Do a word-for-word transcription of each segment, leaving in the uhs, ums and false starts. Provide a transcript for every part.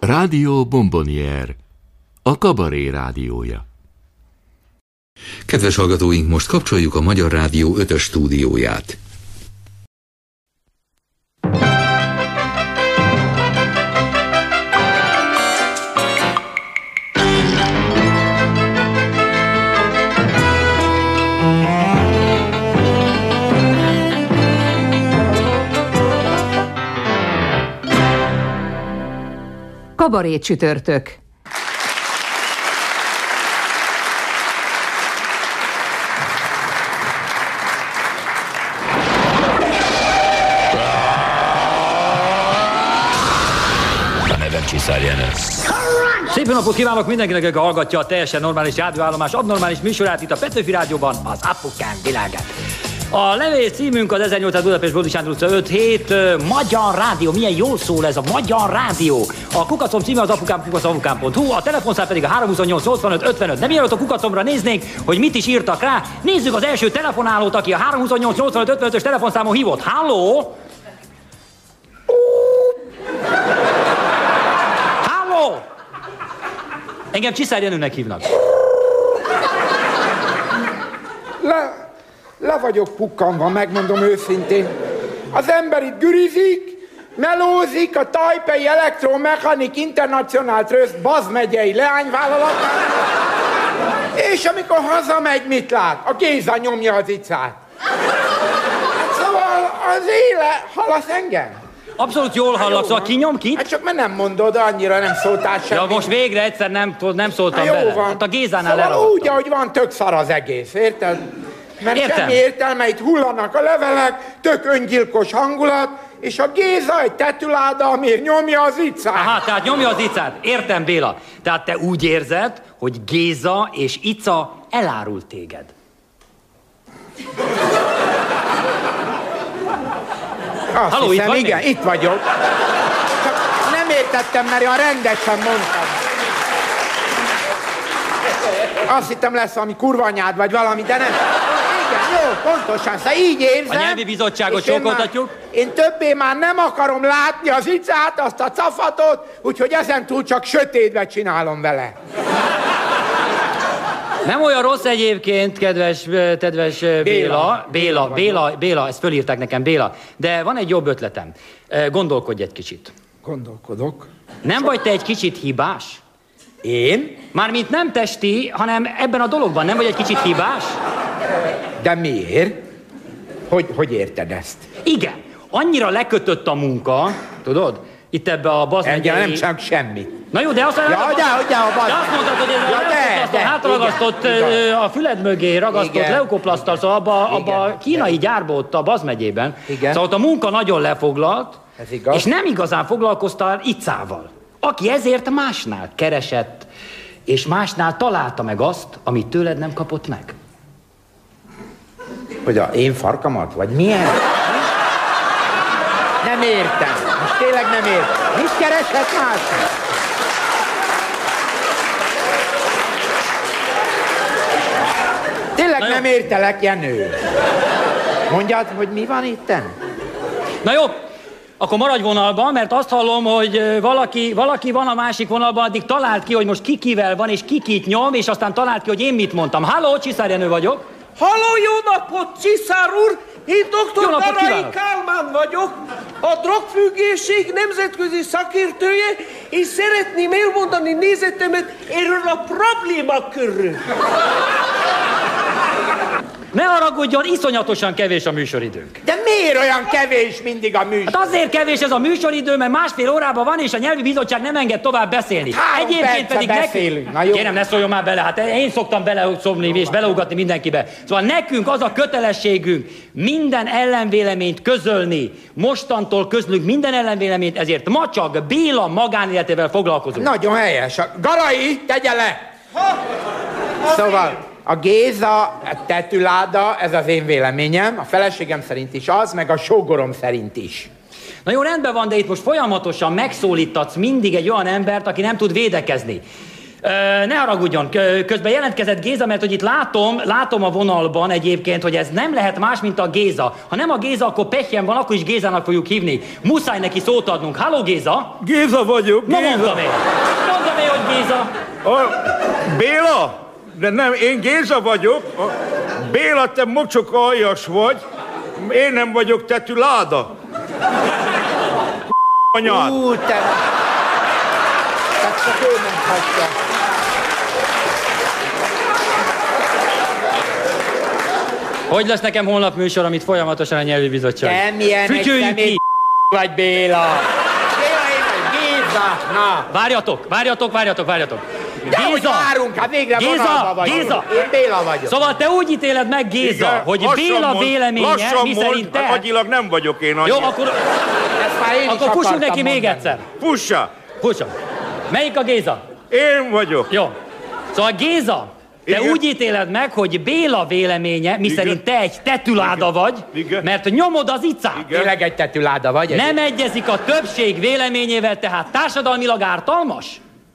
Rádió Bombonier, a kabaré rádiója. Kedves hallgatóink, most kapcsoljuk a Magyar Rádió ötös stúdióját. Kabaré csütörtök. A nevem Csiszár Jenő. Szép napot kívánok mindenkinek, aki hallgatja a teljesen normális rádióállomás abnormális műsorát itt a Petőfi Rádióban, az Apukánk világát. A levél címünk az ezernyolcszáz Budapest Bódi Sándor utca öt hét Magyar Rádió. Milyen jól szól ez a Magyar Rádió. A kukacom címe az apukám kukacom pont hu, a telefonszám pedig a három huszonnyolc nyolcvanöt ötvenöt. De mielőtt a kukacomra néznénk, hogy mit is írtak rá, nézzük az első telefonálót, aki a három huszonnyolc nyolcvanöt ötvenötös telefonszámon hívott. Halló? Halló? Engem Csiszár Jenőnek hívnak. Le... Le vagyok pukkanva, megmondom őszintén. Az ember itt gürizik, melózik a Taipei Electromechanic International Trust Baz megyei leányvállalatán, és amikor hazamegy, mit lát? A Géza nyomja az icát. Szóval az éle... Hallasz engem? Abszolút jól hallak, szóval ki nyom ki? Hát csak mert nem mondod, annyira nem szóltál semmi. Ja, most végre egyszer nem, nem szóltam jó bele. Van. Hát a Gézánál szóval leragadtam. úgy, ahogy van, tök szar az egész, érted? Mert Értem. semmi értelme, itt hullanak a levelek, tök öngyilkos hangulat, és a Géza egy tetüláda, amír nyomja az icát. Aha, tehát nyomja az icát. Értem, Béla. Tehát te úgy érzed, hogy Géza és Ica elárult téged. Azt Halló, hiszem, itt vagy igen, még? itt vagyok. Csak nem értettem, mert olyan rendesen mondtam. Azt hittem lesz valami kurvanyád, vagy valami, de nem. Igen, jó, pontosan, szóval így érzem. A nyelvi bizottságot és én csókoltatjuk. már- Én többé már nem akarom látni az icát, azt a cafatot, úgyhogy ezentúl csak sötétbe csinálom vele. Nem olyan rossz egyébként, kedves, kedves Béla. Béla, Béla, Béla, Béla, ezt fölírták nekem, Béla. De van egy jobb ötletem. Gondolkodj egy kicsit. Gondolkodok. Nem vagy te egy kicsit hibás? Én? Mármint nem testi, hanem ebben a dologban nem vagy egy kicsit hibás? De miért? Hogy, hogy érted ezt? Igen. Annyira lekötött a munka, tudod? Itt ebbe a Baz Engem megyei... nem csak semmit. Na jó, de azt, Ja, azt, de, de, a baz... de azt mondtad, hogy ez ja, a, de, a de, hátragasztott, igen, igen. a füled mögé ragasztott Igen. leukoplaszttal, szóval abba, abba a Igen. kínai gyárba ott a Baz megyében. Igen. Szóval ott a munka nagyon lefoglalt, Ez igaz. és nem igazán foglalkoztál Icával, aki ezért másnál keresett, és másnál találta meg azt, amit tőled nem kapott meg. Hogy a én farkamat? Vagy milyen? Nem értem. Most tényleg nem értem. Mit keresett másnak? Tényleg nem értelek, Jenő. Mondjad, hogy mi van itten? Na jó, akkor maradj vonalban, mert azt hallom, hogy valaki, valaki van a másik vonalban, addig talált ki, hogy most ki kivel van, és ki kit nyom, és aztán talált ki, hogy én mit mondtam. Halló, Csiszár Jenő vagyok. Halló, jó napot, Csiszár úr! Én Jó doktor napot Darai kívánok! Kálmán vagyok, a drogfüggészség nemzetközi szakértője, és szeretném elmondani nézetemet erről a problémakörről. Ne haragudjon, iszonyatosan kevés a műsoridőnk. De miért olyan kevés mindig a műsor? Hát azért kevés ez a műsoridő, mert másfél órában van, és a nyelvi bizottság nem enged tovább beszélni. Három perce beszélünk. Na jó. Kérem, ne szóljon már bele, hát én szoktam beleszomni és beleugatni mindenkibe. Szóval nekünk az a kötelességünk minden ellenvéleményt közölni. Mostantól közlünk minden ellenvéleményt, ezért ma csak Béla magánéletével foglalkozunk. Nagyon helyes. A Garai, tegye le! Ha, Szóval a Géza, a tetüláda, ez az én véleményem, a feleségem szerint is az, meg a sógorom szerint is. Na jó, rendben van, de itt most folyamatosan megszólítatsz mindig egy olyan embert, aki nem tud védekezni. Ne haragudjon, közben jelentkezett Géza, mert hogy itt látom, látom a vonalban egyébként, hogy ez nem lehet más, mint a Géza. Ha nem a Géza, akkor pehjen van, akkor is Gézának fogjuk hívni. Muszáj neki szót adnunk. Halló, Géza? Géza vagyok, Na, Géza. mondom én. Mondom én, hogy Géza. A, Béla? De nem, én Géza vagyok. A, Béla, te mocsok aljas vagy. Én nem vagyok tetű láda. Anyád. Ú, te... Tehát csak ő nem hagyja. Hogy lesz nekem holnap műsor, amit folyamatosan a nyelvi bizottság? Te milyen Fütyüljük ki! vagy, Béla. Béla, én vagy Géza. Na. Várjatok, várjatok, várjatok, várjatok. De hogy várunk, hát végre Géza, vonalba vagyunk. Géza. Én Béla vagyok. Szóval te úgy ítéled meg, Géza, Igen, hogy lassan Béla mond, véleménye, lassan miszerint te... mond, agyilag nem vagyok én annyi. Jó, akkor, Ezt már én akkor is fussunk neki akartam még mondani. egyszer. Fussa! Fussunk. Melyik a Géza? Én vagyok. Jó. Szóval Géza, te Igen. úgy ítéled meg, hogy Béla véleménye, miszerint te egy tetüláda vagy, Igen. mert nyomod az icát. Tényleg egy tetüláda vagy? Ez Nem egyezik a többség véleményével, tehát társadalmilag ártalmas?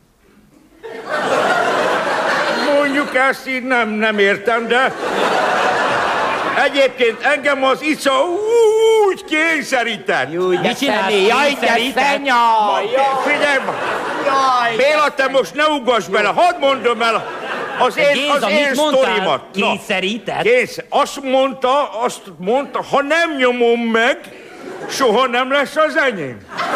Mondjuk ezt így nem, nem értem, de... Egyébként engem az ica úgy kényszerített. Jó, de Mit csinálsz? személy, jaj, de Kényszerített? fenya! Figyelj! Jaj, Béla, te most ne ugass bele, hadd mondom el az én, Géza, az én mit mondtál? sztorimat. Na, Kényszerített? Kényszer. Azt mondta, azt mondta, ha nem nyomom meg, soha nem lesz az enyém.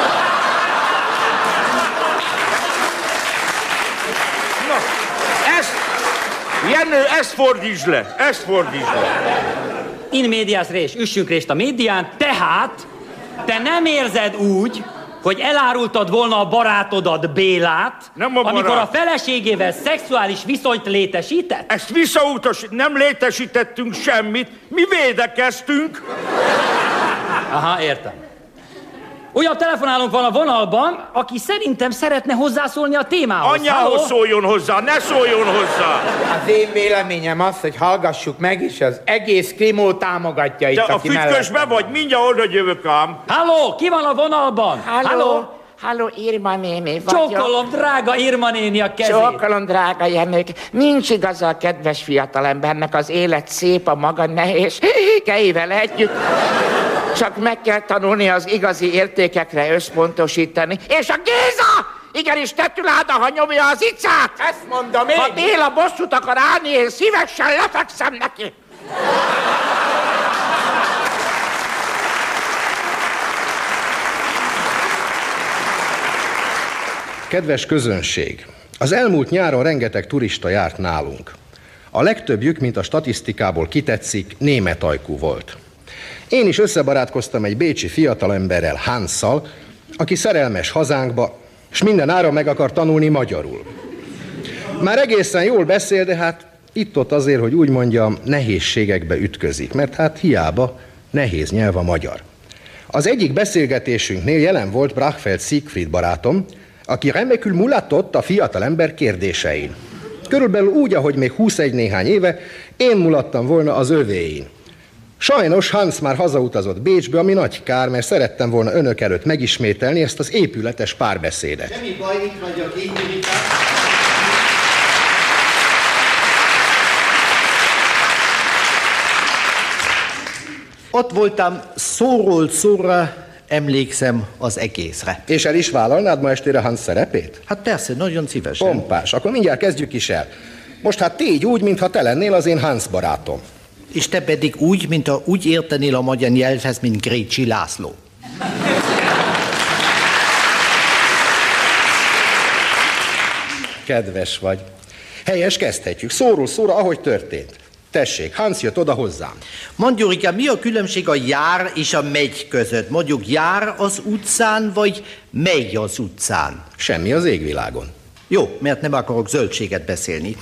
Na, ezt, Jenő, ezt fordítsd le, ezt fordítsd le. In medias res, üssünk részt a médián, tehát te nem érzed úgy, hogy elárultad volna a barátodat, Bélát, Nem a amikor barát. a feleségével szexuális viszonyt létesített? Ezt visszautas, nem létesítettünk semmit, mi védekeztünk. Aha, értem. Újabb telefonálónk van a vonalban, aki szerintem szeretne hozzászólni a témához. Anyához Halló? szóljon hozzá, ne szóljon hozzá. Az én véleményem az, hogy hallgassuk meg, és az egész Krimó támogatja itt, Te a aki fütkösbe mellett. vagy, mindjárt oda jövök ám. Halló, ki van a vonalban? Halló, halló, Irma néni vagyok. Csókolom, drága Irma néni a kezét. Csókolom, drága Jenők. Nincs igaza a kedves fiatalembernek, az élet szép a maga nehézségeivel együtt. Csak meg kell tanulni az igazi értékekre összpontosítani. És a Géza! Igenis tetüláda, ha nyomja az icát! Ezt mondom én! Ha Béla bosszút akar állni, én szívesen lefekszem neki! Kedves közönség! Az elmúlt nyáron rengeteg turista járt nálunk. A legtöbbjük, mint a statisztikából kitetszik, német ajkú volt. Én is összebarátkoztam egy bécsi fiatalemberrel, Hansszal, aki szerelmes hazánkba, és minden ára meg akar tanulni magyarul. Már egészen jól beszél, de hát itt-ott azért, hogy úgy mondjam, nehézségekbe ütközik, mert hát hiába nehéz nyelv a magyar. Az egyik beszélgetésünknél jelen volt Brachfeld Siegfried barátom, aki remekül mulatott a fiatalember kérdésein. Körülbelül úgy, ahogy még huszegy néhány éve én mulattam volna az övéin. Sajnos Hans már hazautazott Bécsbe, ami nagy kár, mert szerettem volna önök előtt megismételni ezt az épületes párbeszédet. Semmi baj, itt vagyok, így Mirika. Ott voltam, szóról szóra emlékszem az egészre. És el is vállalnád ma estére Hans szerepét? Hát persze, nagyon szívesen. Pompás, akkor mindjárt kezdjük is el. Most hát tégy úgy, mintha te lennél az én Hans barátom. És te pedig úgy, mint ha úgy értenél a magyar nyelvhez, mint Grécsi László. Kedves vagy. Helyes, kezdhetjük. Szóról szóra, ahogy történt. Tessék, Hans jött oda hozzám. Mondjurika, mi a különbség a jár és a megy között? Mondjuk jár az utcán, vagy megy az utcán? Semmi az égvilágon. Jó, mert nem akarok zöldséget beszélni.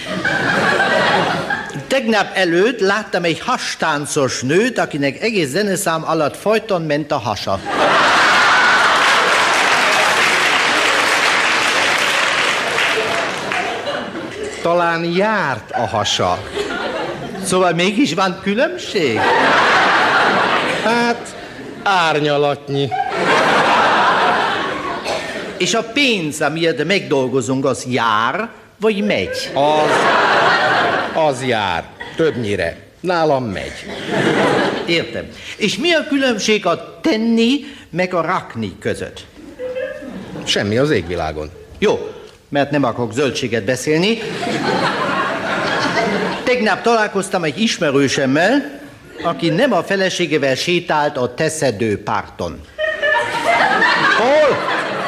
Tegnap előtt láttam egy hastáncos nőt, akinek egész zeneszám alatt folyton ment a hasa. Talán járt a hasa. Szóval mégis van különbség? Hát, árnyalatnyi. És a pénz, amiért megdolgozunk, az jár, vagy megy? Az, az jár. Többnyire. Nálam megy. Értem. És mi a különbség a tenni meg a rakni között? Semmi az égvilágon. Jó, mert nem akarok zöldséget beszélni. Tegnap találkoztam egy ismerősemmel, aki nem a feleségével sétált a Teszedő párton. Hol?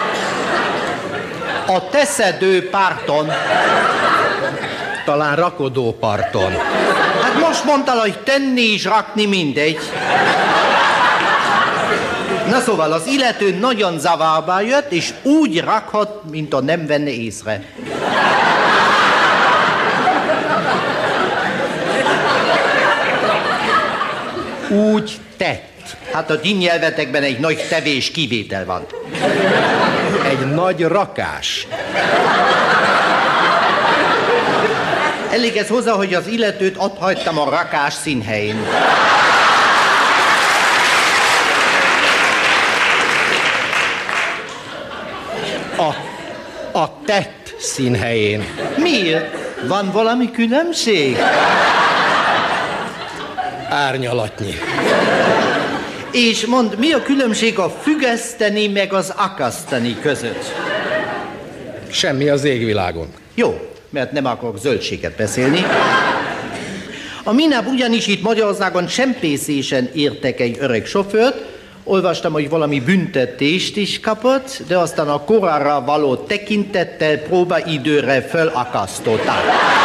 A Teszedő párton. Talán rakodóparton. Hát most mondtál, hogy tenni és rakni mindegy. Na szóval az illető nagyon zavarba jött, és úgy rakhat, mint a nem venne észre. Úgy tett. Hát a ti nyelvetekben egy nagy tevés kivétel van. Egy nagy rakás. Elég ez hozzá, hogy az illetőt ott hagytam a rakás színhelyén. A, a tett színhelyén. Miért? Van valami különbség? Árnyalatnyi. És mondd, mi a különbség a függeszteni meg az akasztani között? Semmi az égvilágon. Jó, mert nem akarok zöldséget beszélni. A minap ugyanis itt Magyarországon csempészésen értek egy öreg sofőrt, olvastam, hogy valami büntetést is kapott, de aztán a korára való tekintettel próbaidőre fölakasztották.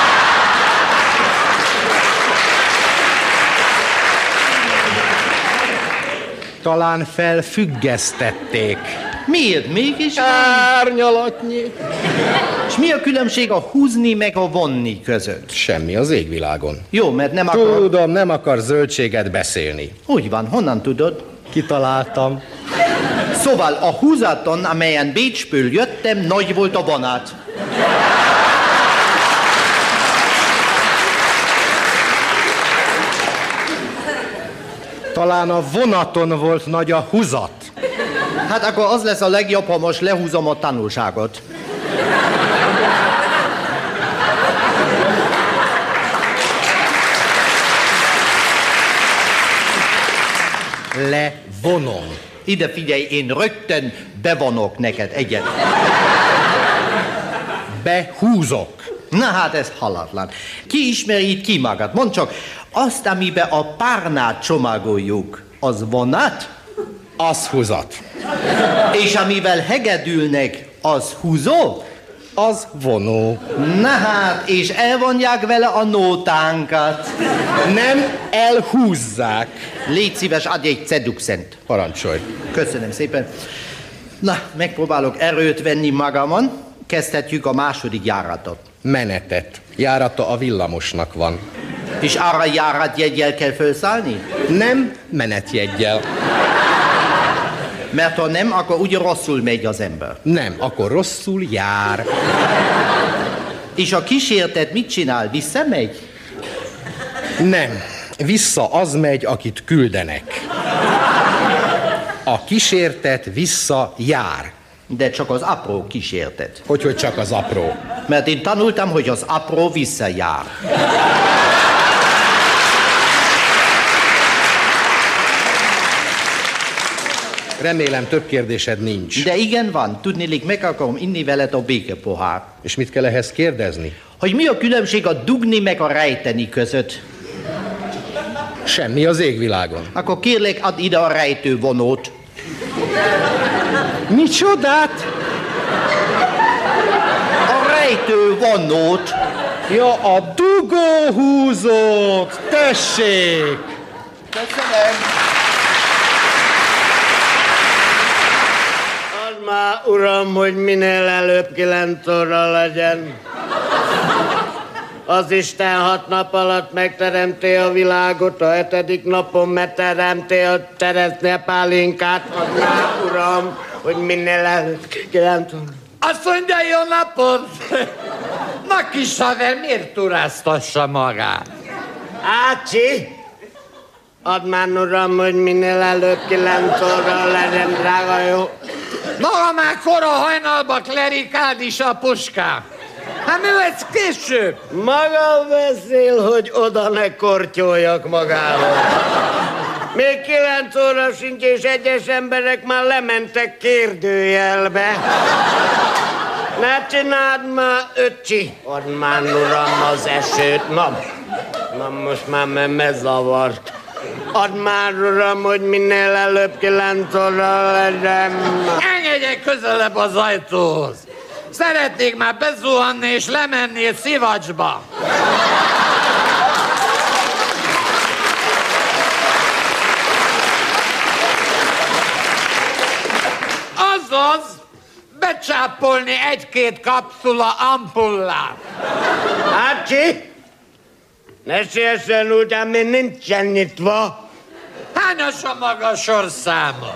Talán felfüggesztették. Miért mégis? Árnyalatnyi. És mi a különbség a húzni meg a vonni között? Semmi az égvilágon. Jó, mert nem akar... Tudom, nem akar zöldséget beszélni. Úgy van, honnan tudod? Kitaláltam. Szóval a húzaton, amelyen Bécsből jöttem, nagy volt a vonat. Talán a vonaton volt nagy a húzat. Hát akkor az lesz a legjobb, ha most lehúzom a tanulságot. Levonom. Ide figyelj, én rögtön bevonok neked egyet. Behúzok. Na hát ez halatlan. Ki ismeri itt ki magad? Mondd csak, azt, amiben a párnát csomagoljuk, az vonat? Az húzat. És amivel hegedülnek, az húzó? Az vonó. Na hát, és elvonják vele a nótánkat. Nem elhúzzák. Légy szíves, adj egy ceduxent. Parancsolj. Köszönöm szépen. Na, megpróbálok erőt venni magamon. Kezdhetjük a második járatot. Menetet. Járata a villamosnak van. És arra járatjeggyel kell felszállni? Nem menetjeggyel. Mert ha nem, akkor ugye rosszul megy az ember. Nem, akkor rosszul jár. És a kísértet mit csinál? Visszamegy? Nem. Vissza az megy, akit küldenek. A kísértet vissza jár. De csak az apró kísértet. Hogyhogy csak az apró? Mert én tanultam, hogy az apró visszajár. Remélem több kérdésed nincs. De igen van, tudnélik, meg akarom inni veled a békepohár. És mit kell ehhez kérdezni? Hogy mi a különbség a dugni meg a rejteni között? Semmi az égvilágon. Akkor kérlek, add ide a rejtővonót. Micsodát? A rejtővonót. Ja, a dugóhúzót, tessék! Köszönöm. Add már, uram, hogy minél előbb kilenc óra legyen. Az Isten hat nap alatt megteremté a világot, a hetedik napon megteremté a cseresznye pálinkát. Add már, uram, hogy minél előbb kilenc óra. Azt mondja, jó napot! Na kis haver, miért turáztassa magát? Ácsi! Add már, uram, hogy minél előbb kilenc óra legyen, drága jó. Maga már kora hajnalba klerikád is a puskám. Hát mi lesz később? Maga beszél, hogy oda ne kortyoljak magával. Még kilenc óra sincs, és egyes emberek már lementek kérdőjelbe. Ne csináld már, öcsi! Add már, uram, az esőt. Na, na most már me zavart. Add már, uram, hogy minél előbb kilenc óra legyen. Engedjek közelebb az ajtóhoz. Szeretnék már bezuhanni és lemenni egy szivacsba. Azaz, becsápolni egy-két kapszula ampullát. Ácsi! Ne siessen úgy, ami nincsen nyitva. Hányas a maga sorszáma?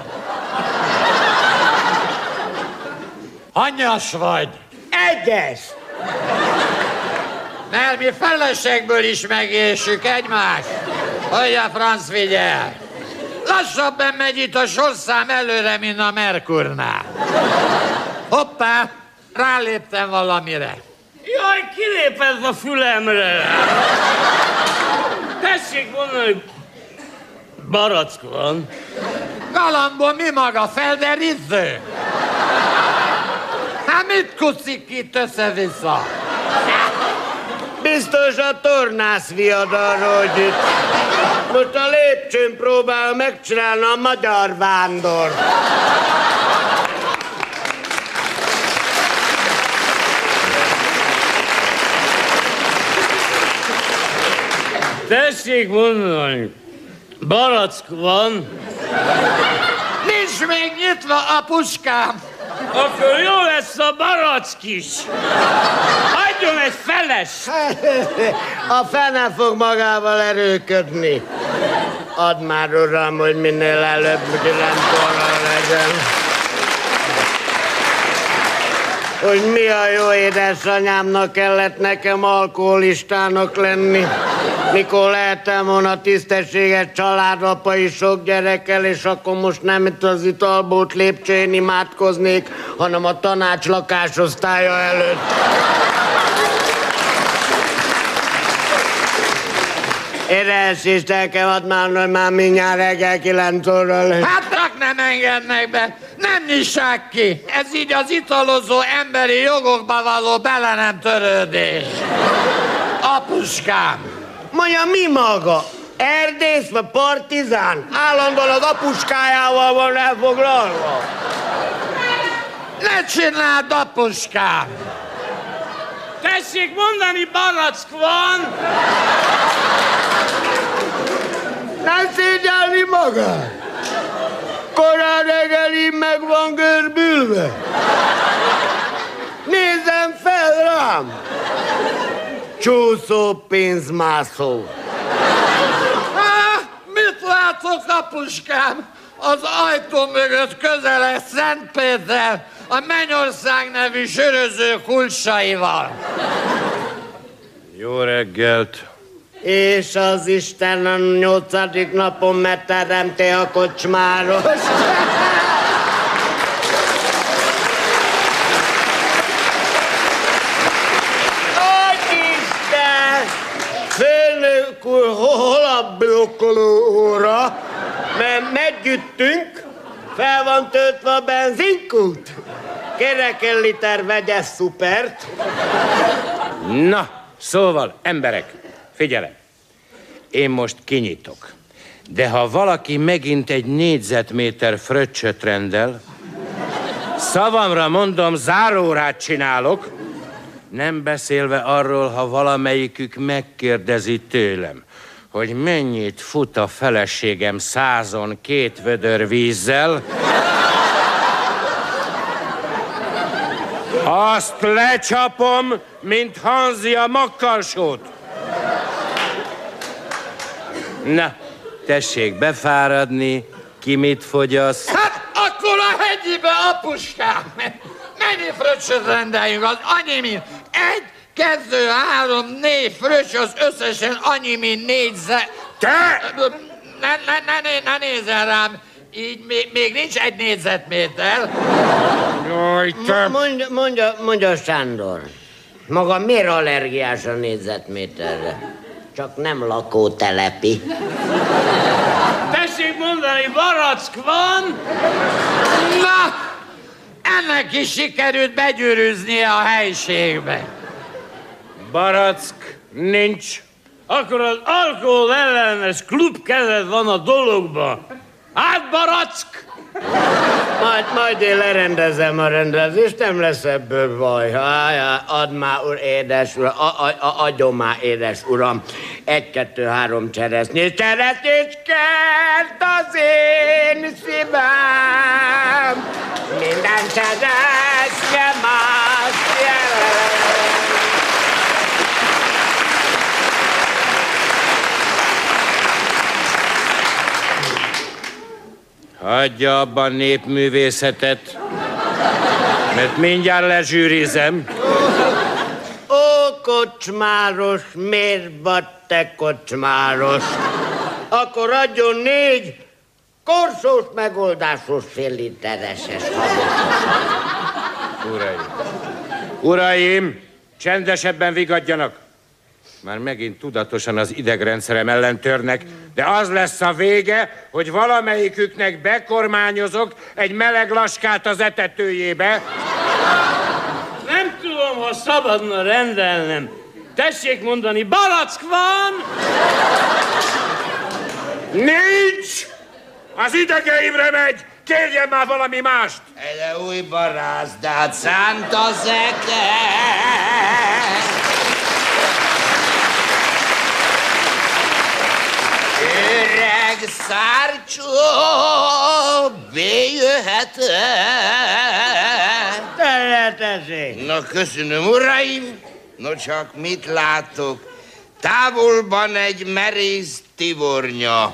Hanyas vagy? Egyes! Mert mi feleségből is megésük egymást. Hogy a franc figyel. Lassabban megy itt a sorszám előre, mint a Merkurnál. Hoppá, ráléptem valamire. Jaj, kilépett a fülemre. Tessék mondani, hogy barack van. Galambon mi maga, felderíző? Hát mit kucik itt össze-vissza? Biztos a tornász viadalra, hogy itt. Most a lépcsőn próbál megcsinálni a magyar vándor. Tessék mondani, barack van. Nincs még nyitva a puskám. Akkor jó lesz a barack is. Adjon egy feles. A fene fog magával erőködni. Add már, uram, hogy minél előbb kilenc óra legyen. Hogy mi a jó édesanyámnak kellett nekem alkoholistának lenni, mikor lehetem volna tisztességes családapa is sok gyerekkel, és akkor most nem itt az italbolt lépcsőjén imádkoznék, hanem a tanács lakásosztálya előtt. Édes Istenkem, add már, hogy már mindjárt reggel kilenc óra lesz. Hát csak nem engednek be, nem nyissák ki. Ez így az italozó emberi jogokba való bele nem törődés. Apuskám. Mondja, mi maga? Erdész vagy partizán? Állandóan az apuskájával van elfoglalva. Ne csináld, apuskám. Tessék mondani, barack van. Nem szégyelni magad? Korán reggelig meg van görbülve. Nézzem fel rám! Csúszó pénzmászó. Há, mit látok, apuskám? Az ajtó mögött közel Szent Péter, a Mennyország nevű söröző kulcsaival. Jó reggelt. És az Isten a nyolcadik napon megteremté a kocsmáros. Nagy Isten! Főnök úr, hol a blokkoló óra? Mert meggyüttünk, fel van töltve a benzinkút. Kérek egy liter vegyes szupert. Na, szóval, emberek, figyelem. Én most kinyitok. De ha valaki megint egy négyzetméter fröccsöt rendel, szavamra mondom, zárórát csinálok, nem beszélve arról, ha valamelyikük megkérdezi tőlem, hogy mennyit fut a feleségem százon két vödör vízzel, azt lecsapom, mint Hanzi a makkarsót. Na, tessék befáradni, ki mit fogyasz? Hát akkor a hegyibe, apuskám! Mennyi fröccsöt rendeljünk? Az annyi, mint egy, kettő, három, négy fröccs, az összesen annyi, mint négyzet... Te! Ne, ne, ne, ne, ne nézzen rám! Így még, még nincs egy négyzetméter. Jaj, te! Mondja, mondja, mondja, Sándor. Maga miért allergiás a négyzetméterre? Csak nem lakótelepi. Tessék mondani, barack van? Na, ennek is sikerült begyűrűznie a helységbe. Barack nincs. Akkor az alkohol ellenes klubkezet van a dologban. Hát, barack! Majd, majd én lerendezem a rendezést, nem lesz ebből baj. Hájá, add már, úr, édes uram, a, a, a, adjon már, édes uram. Egy, kettő, három cseresznyés, cseresznyéskert az én szívem. Minden cseresznye más jelent. Hagyja abba a népművészetet, mert mindjárt lezsűrizem. Ó, kocsmáros, miért vagy te kocsmáros? Akkor adjon négy korsós megoldásos fél litereses habososat. Uraim, uraim, csendesebben vigadjanak. Már megint tudatosan az idegrendszerem ellen törnek, de az lesz a vége, hogy valamelyiküknek bekormányozok egy meleg laskát az etetőjébe. Nem tudom, ha szabadna rendelnem. Tessék mondani, barack van? Nincs! Az idegeimre megy! Kérjen már valami mást! Egy új barázdát szánt a zeke. Öreg szárcsó, bejöhet. Területeség. Na, köszönöm, uraim. No, csak mit látok? Távolban egy merész tivornya.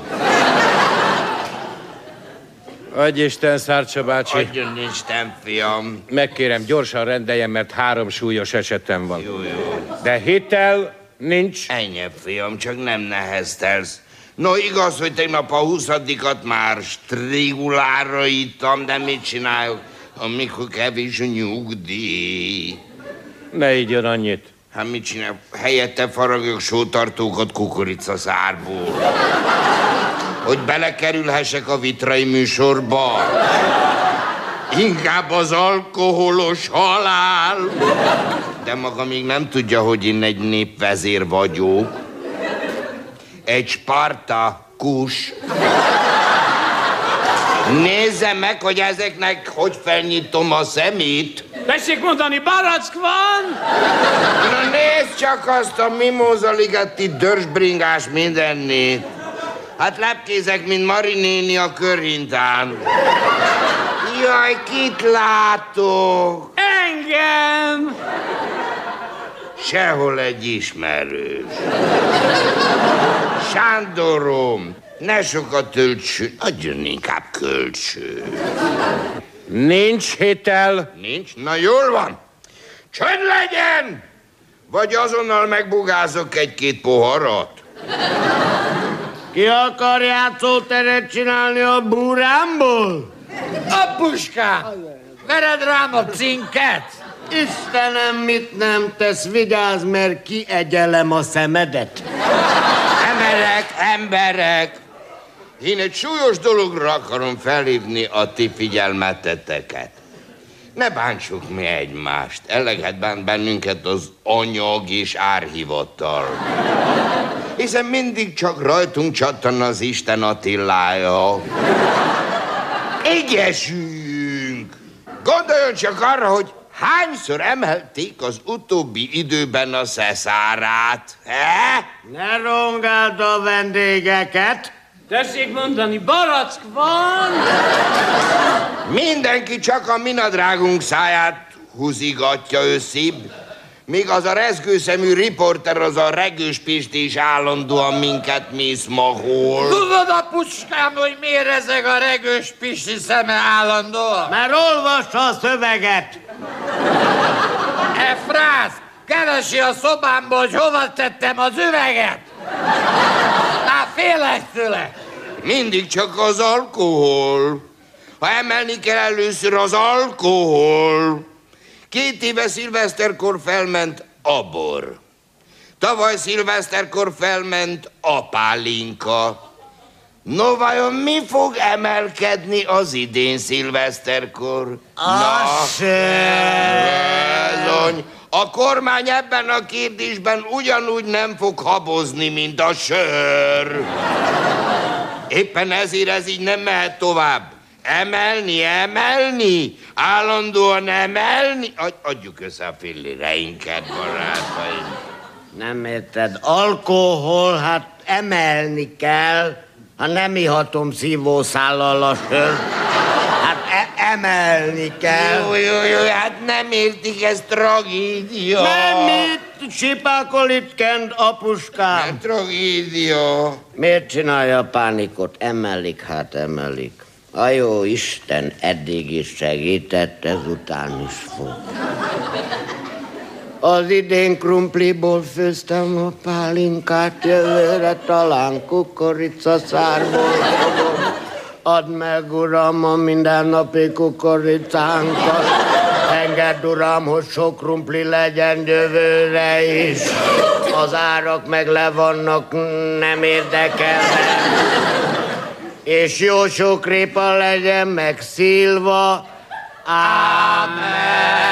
Adj Isten, Szárcsa bácsi. Adjon Isten, fiam. Megkérem, gyorsan rendeljen, mert három súlyos esetem van. Jó, jó. De hitel nincs. Ennyi, fiam, csak nem neheztelsz. No, igaz, hogy tegnap a huszadikat már strigulára ittam, de mit csinálok, amikor kevés a nyugdíj? Ne igyon annyit. Hát mit csinálok? Helyette faragok sótartókat kukoricaszárból. Hogy belekerülhessek a vitrai műsorba. Inkább az alkoholos halál. De maga még nem tudja, hogy én egy népvezér vagyok. Egy Spartakus. Nézze meg, hogy ezeknek hogy felnyitom a szemét. Tessék mondani, barack van? Na nézd csak azt a mimózaligeti dörzsbringás mindennét. Hát lepkézek, mint Mari néni a körhintán. Jaj, kit látok? Engem! Sehol egy ismerős. Sándorom, ne sokat töltső, adjon inkább kölcső. Nincs hitel. Nincs? Na jól van. Csönd legyen! Vagy azonnal megbugázok egy-két poharat. Ki akar játszóteret csinálni a búrámból? Apuskám, vered rám a cinket! Istenem, mit nem tesz, vigyázz, mert kiegyelem a szemedet. Emberek, emberek! Én egy súlyos dologra akarom felhívni a ti figyelmeteteket. Ne bántsuk mi egymást. Eleget bánt bennünket az anyag és árhivatal. Hiszen mindig csak rajtunk csattan az Isten Attilája. Egyesüljünk! Gondoljon csak arra, hogy hányszor emelték az utóbbi időben a szeszárát, he? Ne rongáld a vendégeket! Tessék mondani, barack van? Mindenki csak a mi nadrágunk száját húzigatja összébb, míg az a rezgőszemű riporter, az a Regős Pisti is állandóan minket mészmahol. Tudod, apuskám, hogy miért ezek a Regős Pisti szeme állandóan? Mert olvassa a szöveget! E frász, keresi a szobámba, hogy hova tettem az üveget. Már félek tőle. Mindig csak az alkohol. Ha emelni kell először az alkohol. Két éve szilveszterkor felment a bor. Tavaly szilveszterkor felment a pálinka. No, vajon mi fog emelkedni az idén szilveszterkor? A sör! A kormány ebben a kérdésben ugyanúgy nem fog habozni, mint a sör. Éppen ezért ez így nem mehet tovább. Emelni, emelni, állandóan emelni. Adjuk össze a filléreinket, barátaim. Nem érted, alkohol, hát emelni kell. Ha nem ihatom szívószállal a sör, hát e- emelni kell. Jó, jó, jó, hát nem értik, ez tragédia. Nem mit, sipákol itt kent, apuskám. Nem tragédia. Miért csinálja a pánikot? Emelik, hát emelik. A jó Isten eddig is segített, ezután is fog. Az idén krumpliból főztem a pálinkát, jövőre talán kukoricaszárból fogom. Add meg, uram, a mindennapi kukoricánkat. Engedd, uram, hogy sok krumpli legyen jövőre is. Az árak meg le vannak, nem érdekelnek. És jó sok répa legyen meg szilva. Ámen.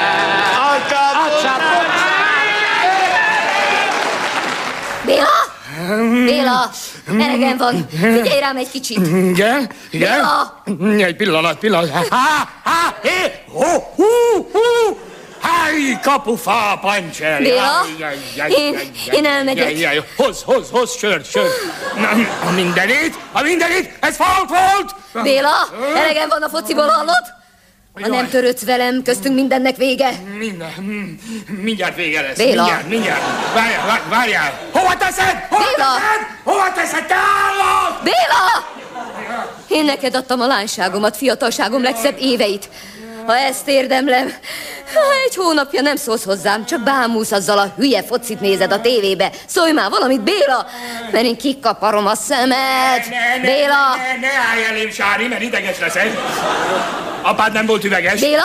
Béla! Béla! Elegem van. Figyelj rám egy kicsit. Igen? Igen? Béla! Egy pillanat, pillanat. Há, há, hé, hú, hú, hú. Háj, kapufá, pancseri. Béla, én, én elmegyek. Hoz, hoz, hoz, sört, sört. A mindenit, a mindenit, ez fault volt. Béla, elegem van a fociból, hallod? Ha nem törődsz velem, köztünk mindennek vége. Minden, mindjárt vége lesz. Béla. Mindjárt, mindjárt. Várjál, várjál. Hova teszed? Hova Béla. teszed? Hova teszed? Te állat! Béla! Én neked adtam a lányságomat, fiatalságom legszebb éveit. Ha ezt érdemlem, egy hónapja nem szólsz hozzám, csak bámulsz azzal a hülye focit nézed a tévébe. Szólj már valamit, Béla, mert én kikaparom a szemed. Ne, ne, Béla! Ne, ne, ne állj elém, Sári, mert ideges leszek. Apád nem volt üveges. Béla?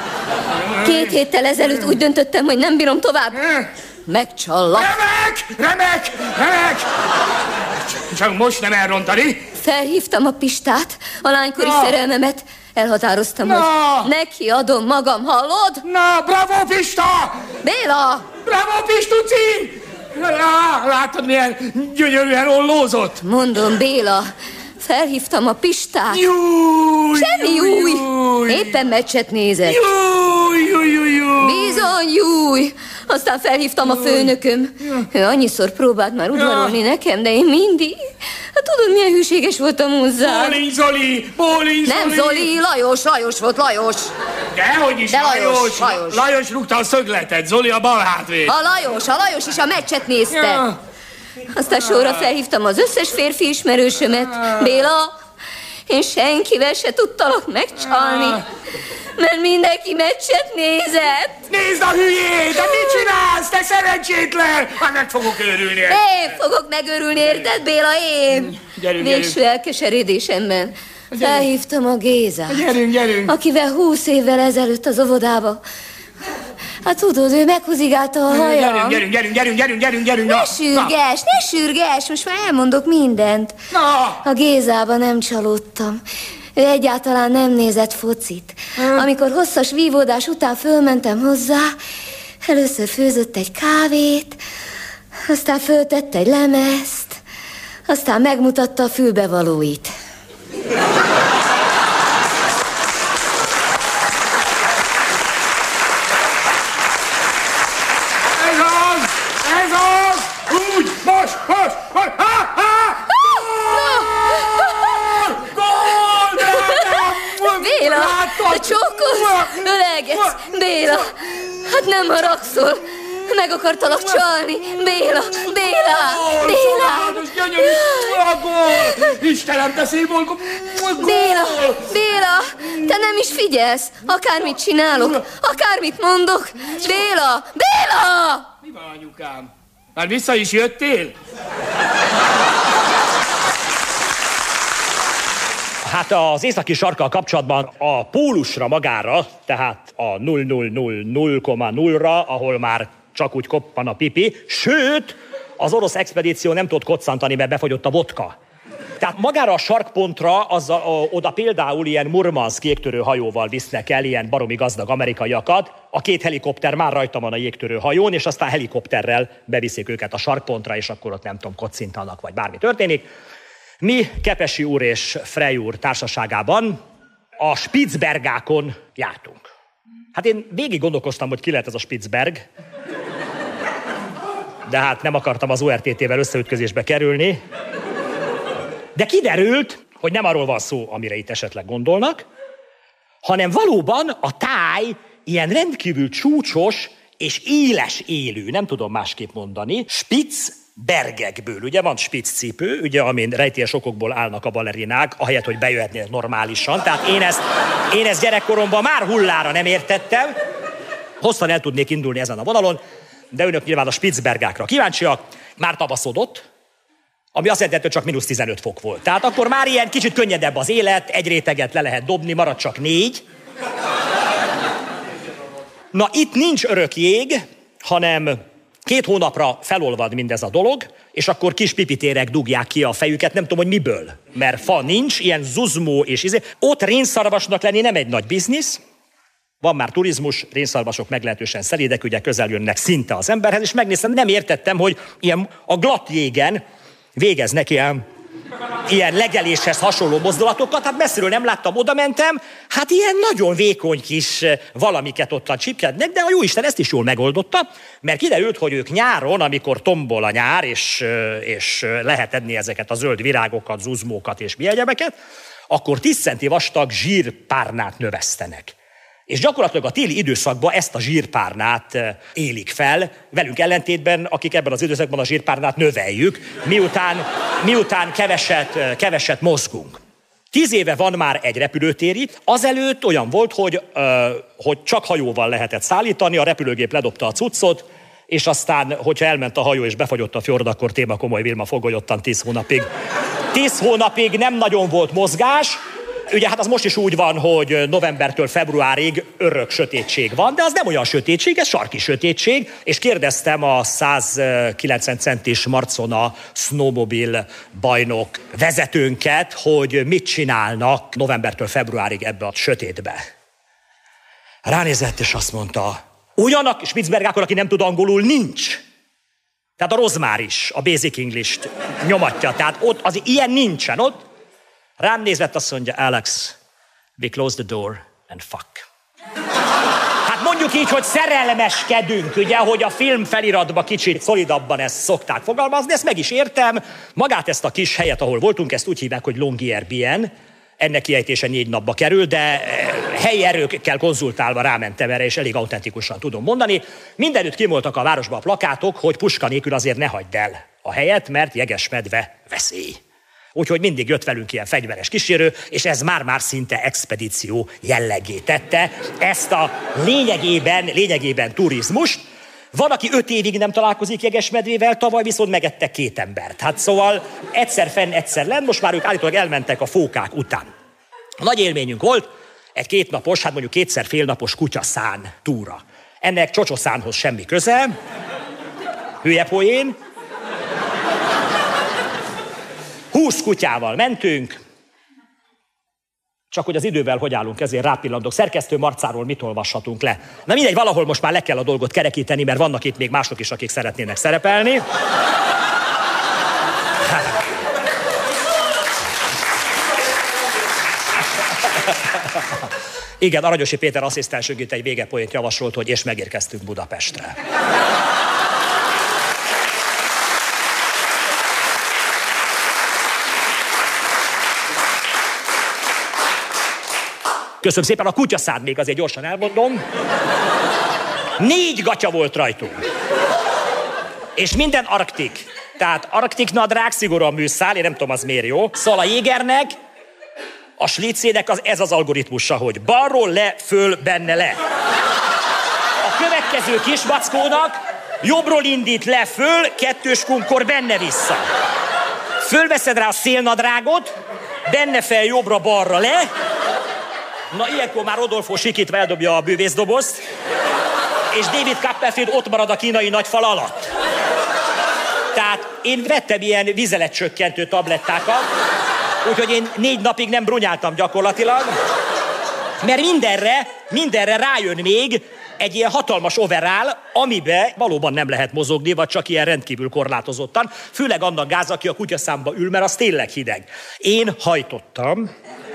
Két héttel ezelőtt úgy döntöttem, hogy nem bírom tovább. Megcsallak. Remek! Remek! Remek! Csak most nem elrontani. Felhívtam a Pistát, a lánykori Na. szerelmemet. Elhatároztam, Na. hogy neki adom magam, hallod? Na, bravo, Pista! Béla! Bravo, Pistuci! Lá, látod, milyen gyönyörűen ollózott? Mondom, Béla, felhívtam a Pistát. Júj! Semmi júj! júj! Éppen meccset nézett. Júj, júj, júj, júj! Bizony, júj! Aztán felhívtam a főnököm. Ő annyiszor próbált már udvarolni nekem, de én mindig... Hát tudod, milyen hűséges voltam hozzá. Bólin Zoli! Bólin Zoli! Nem Zoli, Lajos, Lajos volt, Lajos. Dehogy is, De Lajos, Lajos! Lajos. Lajos rúgta a szögletet, Zoli a bal hátvét. A Lajos, a Lajos is a meccset nézte. Ja. Aztán sorra felhívtam az összes férfi ismerősömet. Béla, én senkivel se tudtalak megcsalni, mert mindenki meccset nézett. Nézd a hülyét, de mit csinálsz, te szerencsétlen? Hát meg fogok őrülni. Én fogok megörülni, érted, Béla, én? Gyerünk, Végső gyerünk. elkeseredésemben felhívtam a Gézát, Gyerünk, gyerünk. akivel húsz évvel ezelőtt az óvodába. Hát tudod, ő meghúzigálta a hajam. Gyerünk, gyerünk, gyerünk, gyerünk, gyerünk, gyerünk, gyerünk. Ne Na, sürges, ne sürges, most már elmondok mindent. Na. A Gézába nem csalódtam. Ő egyáltalán nem nézett focit. Amikor hosszas vívódás után fölmentem hozzá, először főzött egy kávét, aztán föltett egy lemezt, aztán megmutatta a fülbevalóit. Ez az! Ez az! Úgy! Most! Most! Most! Ha! Ha! Gól! Gól! Béla, te csókolsz, ölegetsz. Béla, hát nem haragszol. Meg akartalak csalni. Béla, Béla, Béla. Csodálatos, gyönyörű! A gól! Istenem, te szép volt! Béla, Béla, te nem is figyelsz. Akármit csinálok, akármit mondok. Béla, Béla! Mi van, anyukám? Már vissza is jöttél? Hát az északi sarkkal kapcsolatban a pólusra magára, tehát a nulla nulla nulla nulla nulla ra, ahol már csak úgy koppan a pipi, sőt, az orosz expedíció nem tudott koccantani, mert befagyott a vodka. Tehát magára a sarkpontra az a, a, oda például ilyen Murmanszk jégtörő hajóval visznek el ilyen baromi gazdag amerikaiakat, a két helikopter már rajta van a jégtörő hajón, és aztán helikopterrel beviszik őket a sarkpontra, és akkor ott nem tudom, kocintanak, vagy bármi történik. Mi Kepesi úr és Frey úr társaságában a Spitzbergákon jártunk. Hát én végig gondolkoztam, hogy ki lehet ez a Spitzberg, de hát nem akartam az o er té té-vel összeütközésbe kerülni. De kiderült, hogy nem arról van szó, amire itt esetleg gondolnak, hanem valóban a táj ilyen rendkívül csúcsos és éles élő, nem tudom másképp mondani, Spitzbergekből. Ugye van Spitz cipő, ugye, amin rejtélyes okokból állnak a balerinák, ahelyett, hogy bejöhetnének normálisan. Tehát én ezt, én ezt gyerekkoromban már hullára nem értettem. Hosszan el tudnék indulni ezen a vonalon, de önök nyilván a Spitzbergákra kíváncsiak. Már tavaszodott, ami azt jelenti, hogy csak mínusz tizenöt fok volt. Tehát akkor már ilyen kicsit könnyedebb az élet, egy réteget le lehet dobni, marad csak négy. Na, itt nincs örök jég, hanem két hónapra felolvad mindez a dolog, és akkor kis pipitérek dugják ki a fejüket, nem tudom, hogy miből. Mert fa nincs, ilyen zuzmó és izé. Ott rénszarvasnak lenni nem egy nagy biznisz, van már turizmus, rénszarvasok meglehetősen szelídek, ugye közel jönnek szinte az emberhez, és megnéztem, nem értettem, hogy ilyen a glatt jégen végeznek ilyen, ilyen legeléshez hasonló mozdulatokat, hát messziről nem láttam, oda mentem, hát ilyen nagyon vékony kis valamiket ottan csipkednek, de a jóisten ezt is jól megoldotta, mert kiderült, hogy ők nyáron, amikor tombol a nyár, és, és lehet enni ezeket a zöld virágokat, zuzmókat és mi egyebeket, akkor tíz centi vastag zsírpárnát növesztenek. És gyakorlatilag a téli időszakban ezt a zsírpárnát élik fel, velünk ellentétben, akik ebben az időszakban a zsírpárnát növeljük, miután, miután keveset, keveset mozgunk. Tíz éve van már egy repülőtéri, azelőtt olyan volt, hogy, hogy csak hajóval lehetett szállítani, a repülőgép ledobta a cuccot, és aztán, hogyha elment a hajó és befagyott a fjord, akkor téma komoly Vilma fogolyottan tíz hónapig. Tíz hónapig nem nagyon volt mozgás. Ugye hát az most is úgy van, hogy novembertől februárig örök sötétség van, de az nem olyan sötétség, ez sarki sötétség, és kérdeztem a száz kilencven centis Marcona snowmobil bajnok vezetőnket, hogy mit csinálnak novembertől februárig ebbe a sötétbe. Ránézett és azt mondta, olyan a Spitzbergákon, aki nem tud angolul, nincs. Tehát a Rozmár is a Basic English-t nyomatja, tehát ott az ilyen nincsen ott. Rám nézett, azt mondja, Alex, we close the door and fuck. Hát mondjuk így, hogy szerelmeskedünk, ugye, hogy a film feliratban kicsit szolidabban ezt szokták fogalmazni, ezt meg is értem. Magát ezt a kis helyet, ahol voltunk, ezt úgy hívják, hogy Longyearbyen. Ennek kiejtése négy napba kerül, de helyi erőkkel konzultálva rámentem erre, és elég autentikusan tudom mondani. Mindenütt kimoltak a városba a plakátok, hogy puska nélkül azért ne hagyd el a helyet, mert jegesmedve veszély. Úgyhogy mindig jött velünk ilyen fegyveres kísérő, és ez már-már szinte expedíció jellegé tette ezt a lényegében, lényegében turizmust. Van, aki öt évig nem találkozik jegesmedvével, tavaly viszont megette két embert. Hát szóval egyszer fenn, egyszer lenn, most már ők állítólag elmentek a fókák után. Nagy élményünk volt, egy kétnapos, hát mondjuk kétszer félnapos kutyaszán túra. Ennek csocsoszánhoz semmi köze, hülye poén. Húsz kutyával mentünk, csak hogy az idővel hogy állunk, ezért rápillantok. Szerkesztő Marcáról mit olvashatunk le? Na mindegy, valahol most már le kell a dolgot kerekíteni, mert vannak itt még mások is, akik szeretnének szerepelni. Igen, Aranyosi Péter asszisztensünk itt egy végepoént javasolt, hogy és megérkeztünk Budapestre. Köszönöm szépen, a kutyaszád még azért gyorsan elmondom. Négy gatya volt rajtunk. És minden arktik. Tehát arktik nadrág, szigorúan műszál, én nem tudom, az miért jó. Szóval a jégernek, a slicének az, ez az algoritmusa, hogy balról le, föl, benne le. A következő kismackónak jobbról indít le, föl, kettős kumkor benne vissza. Fölveszed rá a szélnadrágot, benne fel, jobbra, balra le. Na, ilyenkor már Rodolfo sikítva eldobja a bűvészdobozt. és David Copperfield ott marad a kínai nagyfal alatt. Tehát én vettem ilyen vizeletcsökkentő tablettákat, úgyhogy én négy napig nem brunyáltam gyakorlatilag, mert mindenre, mindenre rájön még egy ilyen hatalmas overall, amibe valóban nem lehet mozogni, vagy csak ilyen rendkívül korlátozottan, főleg annak gáz, aki a kutyaszámba ül, mert az tényleg hideg. Én hajtottam.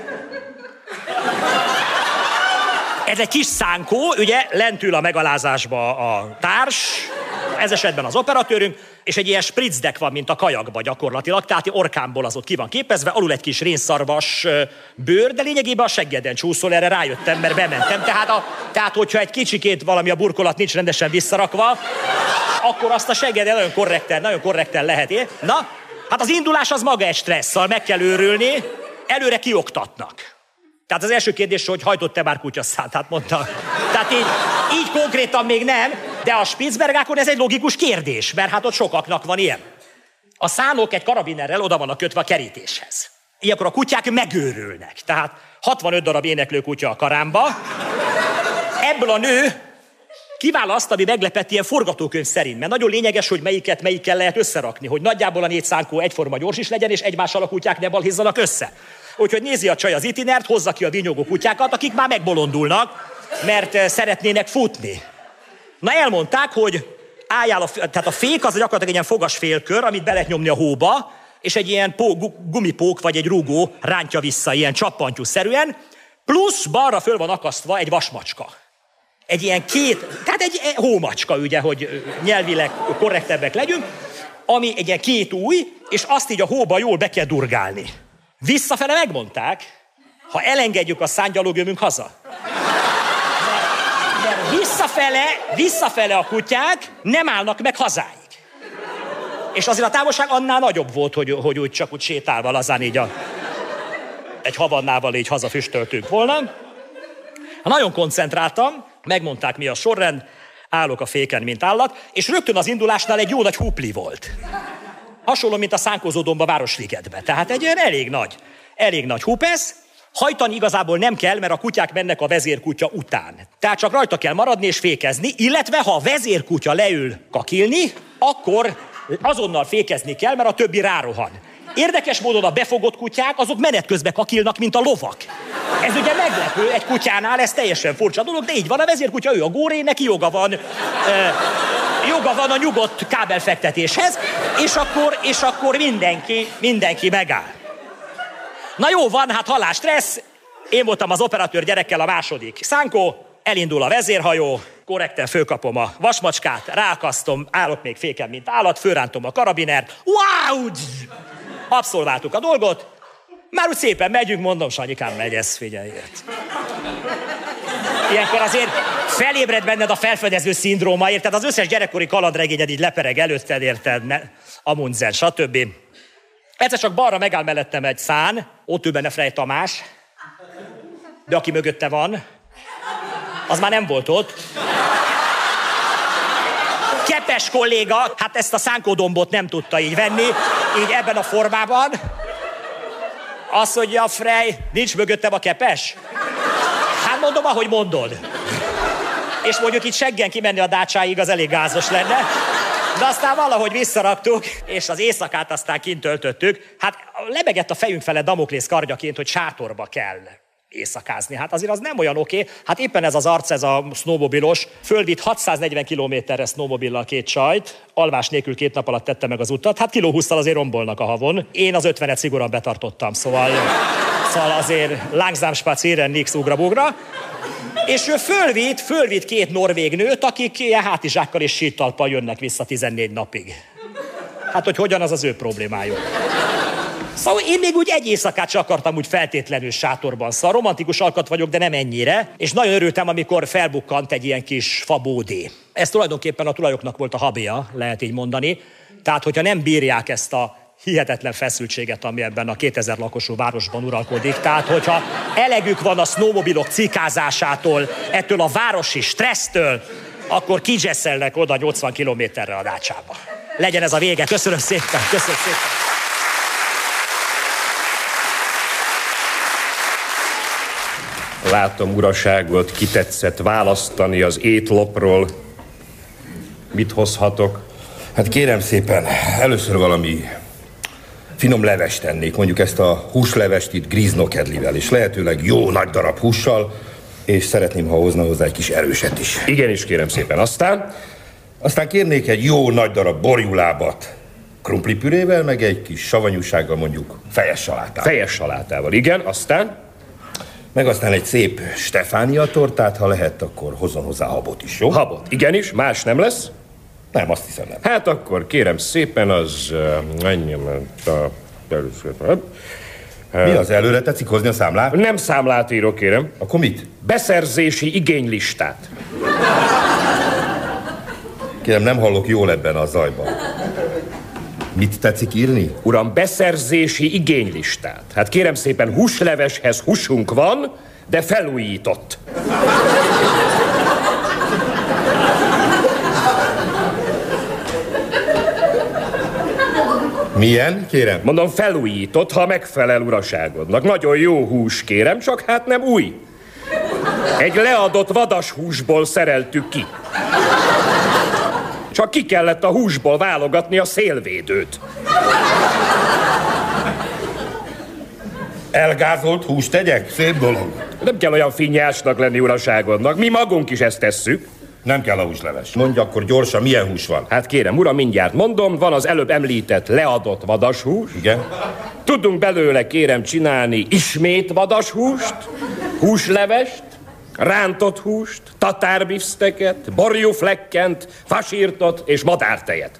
Ez egy kis szánkó, ugye, lent ül a megalázásba a társ, ez esetben az operatőrünk, és egy ilyen spritzdeck van, mint a kajakba gyakorlatilag, tehát orkánból az ott ki van képezve, alul egy kis rénszarvas bőr, de lényegében a seggeden csúszol, erre rájöttem, mert bementem. Tehát, a, tehát hogyha egy kicsikét valami a burkolat nincs rendesen visszarakva, akkor azt a seggeden nagyon korrekten, nagyon korrekten lehet ér. Na, hát az indulás az maga egy stresszal, meg kell őrülni, előre kioktatnak. Tehát az első kérdés, hogy hajtott-e már kutyaszát? Hát mondta. Tehát így, így konkrétan még nem, de a Spitzbergákon ez egy logikus kérdés, mert hát ott sokaknak van ilyen. A szánok egy karabinerrel oda vannak kötve a kerítéshez. Ilyenkor a kutyák megőrülnek. Tehát hatvanöt darab éneklő kutya a karámba. Ebből a nő kiválaszt, ami meglepett ilyen forgatókönyv szerint, mert nagyon lényeges, hogy melyiket melyikkel lehet összerakni, hogy nagyjából a négy szánkó egyforma gyors is legyen, és egymással a kutyák ne balhizzanak össze. Úgyhogy nézi a csaj az itinert, hozza ki a vinyogó kutyákat, akik már megbolondulnak, mert szeretnének futni. Na elmondták, hogy álljál a, tehát a fék az gyakorlatilag egy ilyen fogas félkör, amit be lehet nyomni a hóba, és egy ilyen pó, gumipók vagy egy rúgó rántja vissza ilyen csappantyúszerűen, plusz balra föl van akasztva egy vasmacska. Egy ilyen két, tehát egy hómacska, ugye, hogy nyelvileg korrektebbek legyünk, ami egy ilyen két ujj, és azt így a hóba jól be kell durgálni. Visszafele megmondták, ha elengedjük a szángyalog, jövünk haza. De visszafele, visszafele a kutyák nem állnak meg hazáig. És azért a távolság annál nagyobb volt, hogy, hogy úgy csak úgy sétálva lazán így a, egy havannával így hazafüstöltünk volna. Nagyon koncentráltam, megmondták, mi a sorrend, állok a féken, mint állat, és rögtön az indulásnál egy jó nagy hupli volt. Hasonló, mint a Szánkozódomba Városligetbe. Tehát egy olyan elég nagy, elég nagy hupesz. Hajtani igazából nem kell, mert a kutyák mennek a vezérkutya után. Tehát csak rajta kell maradni és fékezni, illetve ha a vezérkutya leül kakilni, akkor azonnal fékezni kell, mert a többi rárohan. Érdekes módon a befogott kutyák, azok menet közben kakilnak, mint a lovak. Ez ugye meglepő egy kutyánál, ez teljesen furcsa dolog, de így van, a vezérkutya, ő a góré, neki joga van, ö, joga van a nyugodt kábelfektetéshez, és akkor, és akkor mindenki, mindenki megáll. Na jó van, hát halál stressz, én voltam az operatőr gyerekkel a második szánkó, elindul a vezérhajó, korrekten fölkapom a vasmacskát, ráakasztom, állok még féken, mint állat, fölrántom a karabinert, wow! Abszolváltuk a dolgot, már úgy szépen megyünk, mondom, Sanyikám, megy ez, figyelj. Ilyenkor azért felébred benned a felfedező szindróma, érted? Az összes gyerekkori kalandregényed így lepereg előtted, érted? Ne, Amundsen, stb. Egyszer csak balra megáll mellettem egy szán, ott ül benne Frey Tamás, de aki mögötte van, az már nem volt ott. Kepes kolléga, hát ezt a szánkódombot nem tudta így venni, így ebben a formában. Azt mondja, Frey, nincs mögöttem a Kepes? Hát mondom, ahogy mondod. És mondjuk itt seggen kimenni a dácsáig, az elég gázos lenne. De aztán valahogy visszaraktuk, és az éjszakát aztán kint töltöttük. Hát lebegett a fejünk fele Damoklész kardjaként, hogy sátorba kell éjszakázni. Hát azért az nem olyan oké. Okay. Hát éppen ez az arc, ez a snowmobilos, fölvitt hatszáznegyven kilométerre snowmobillal két csajt, alvás nélkül két nap alatt tette meg az utat. Hát kiló húsztal azért rombolnak a havon. Én az ötvenet szigorúan betartottam, szóval, szóval azért langsam spazieren, nix ugra-bugra. És ő fölvitt, fölvitt két norvég nőt, akik ilyen hátizsákkal és síttalppal jönnek vissza tizennégy napig. Hát, hogy hogyan, az az ő problémájuk. Szóval én még úgy egy éjszakát sem akartam úgy feltétlenül sátorban. Szóval romantikus alkat vagyok, de nem ennyire. És nagyon örültem, amikor felbukkant egy ilyen kis fabódé. Ez tulajdonképpen a tulajoknak volt a habja, lehet így mondani. Tehát, hogyha nem bírják ezt a hihetetlen feszültséget, ami ebben a kétezer lakosú városban uralkodik. Tehát, hogyha elegük van a snowmobilok cikázásától, ettől a városi stressztől, akkor kidzsesszelnek oda nyolcvan kilométerre a dácsába. Legyen ez a vége. Köszönöm szépen. Köszönöm szépen. Látom uraságot, kitetszett választani az étlapról. Mit hozhatok? Hát kérem szépen, először valami finom levest tennék, mondjuk ezt a húslevest itt gríznokedlivel, és lehetőleg jó nagy darab hússal, és szeretném, ha hozna hozzá egy kis erőset is. Igenis, kérem szépen. Aztán? Aztán kérnék egy jó nagy darab borjulábat krumplipürével, meg egy kis savanyúsággal, mondjuk fejes salátával. Fejes salátával, igen. Aztán? Meg aztán egy szép Stefánia tortát, ha lehet, akkor hozzon hozzá habot is, jó? Habot, igenis, más nem lesz? Nem, azt hiszem nem. Hát akkor kérem szépen, az... Ennyi, mert a... Mi az, előre tetszik hozni a számlát? Nem számlát írok, kérem. Akkor mit? Beszerzési igénylistát. Kérem, nem hallok jól ebben a zajban. Mit tetszik írni? Uram, beszerzési igénylistát. Hát kérem szépen, húsleveshez húsunk van, de felújított. Milyen, kérem? Mondom, felújított, ha megfelel uraságodnak. Nagyon jó hús, kérem, csak hát nem új. Egy leadott vadas húsból szereltük ki. Csak ki kellett a húsból válogatni a szélvédőt. Elgázolt húst tegyek? Szép dolog. Nem kell olyan finnyásnak lenni uraságodnak. Mi magunk is ezt tesszük. Nem kell a húsleves. Mondja akkor gyorsan, milyen hús van? Hát kérem, uram, mindjárt mondom, van az előbb említett leadott vadashús. Igen. Tudunk belőle, kérem, csinálni ismét vadashúst, húslevest, rántott húst, tatárbifszteket, borjúflekkent, fasírtot és madártejet.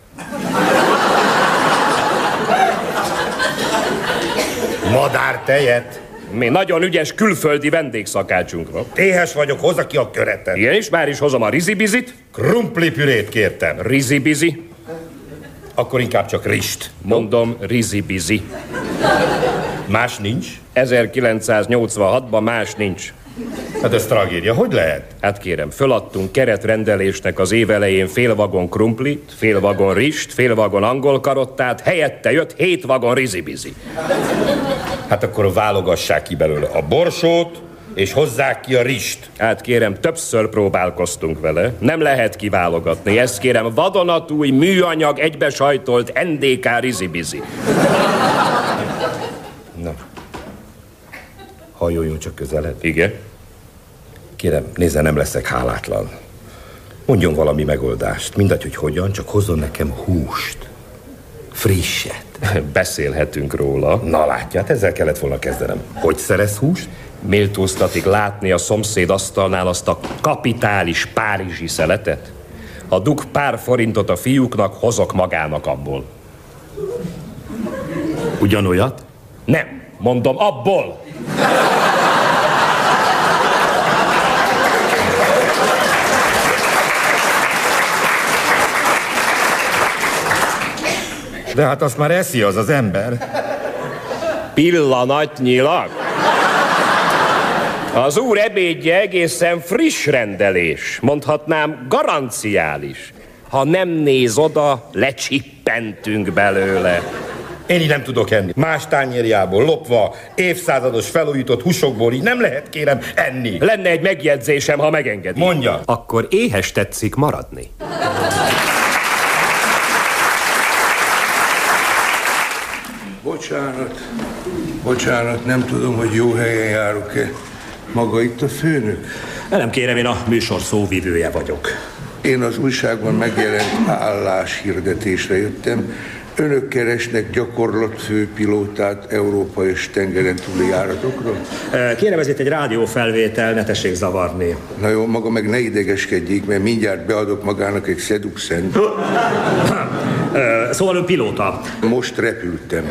Madártejet? Mi nagyon ügyes külföldi vendégszakácsunk van. Éhes vagyok, hozza ki a köretet. Igen, és már is hozom a rizibizit. Krumplipürét kértem. Rizibizi. Akkor inkább csak rist. Mondom, rizibizi. Más nincs? ezerkilencszáznyolcvanhatban más nincs. Hát ez tragédia, hogy lehet? Hát kérem, föladtunk keretrendelésnek az év elején fél vagon krumplit, fél vagon rist, fél vagon angol karottát, helyette jött hét vagon rizibizi. Hát akkor válogassák ki belőle a borsót, és hozzák ki a rist. Hát kérem, többször próbálkoztunk vele, nem lehet kiválogatni. Ezt kérem, vadonatúj, műanyag, egybesajtolt en dé ká rizibizi. Na. Hajoljon csak közelebb. Igen. Kérem, nézze, nem leszek hálátlan. Mondjon valami megoldást. Mindegy, hogy hogyan, csak hozzon nekem húst. Frisset. Beszélhetünk róla. Na látja, hát ezzel kellett volna kezdenem. Hogy szerez húst? Méltóztatik látni a szomszéd asztalnál azt a kapitális párizsi szeletet? Ha dug pár forintot a fiúknak, hozok magának abból. Ugyanolyat? Nem, mondom, abból. De hát azt már eszi az az ember. Pillanatnyilag. Az úr ebédje egészen friss rendelés. Mondhatnám, garanciális. Ha nem néz oda, lecsippentünk belőle. Én így nem tudok enni. Más tányérjából lopva, évszázados felújított húsokból így nem lehet, kérem, enni. Lenne egy megjegyzésem, ha megengedi. Mondja. Akkor éhes tetszik maradni. Bocsánat, bocsánat, nem tudom, hogy jó helyen járok-e. Maga itt a főnök? Nem kérem, én a műsor szóvivője vagyok. Én az újságban megjelent álláshirdetésre jöttem. Önök keresnek gyakorlatfőpilótát Európa és tengeren túli járatokra? Kérem, ez itt egy rádiófelvétel, ne tessék zavarni. Na jó, maga meg ne idegeskedjék, mert mindjárt beadok magának egy szeduxent. Szóval ön pilóta. Most repültem.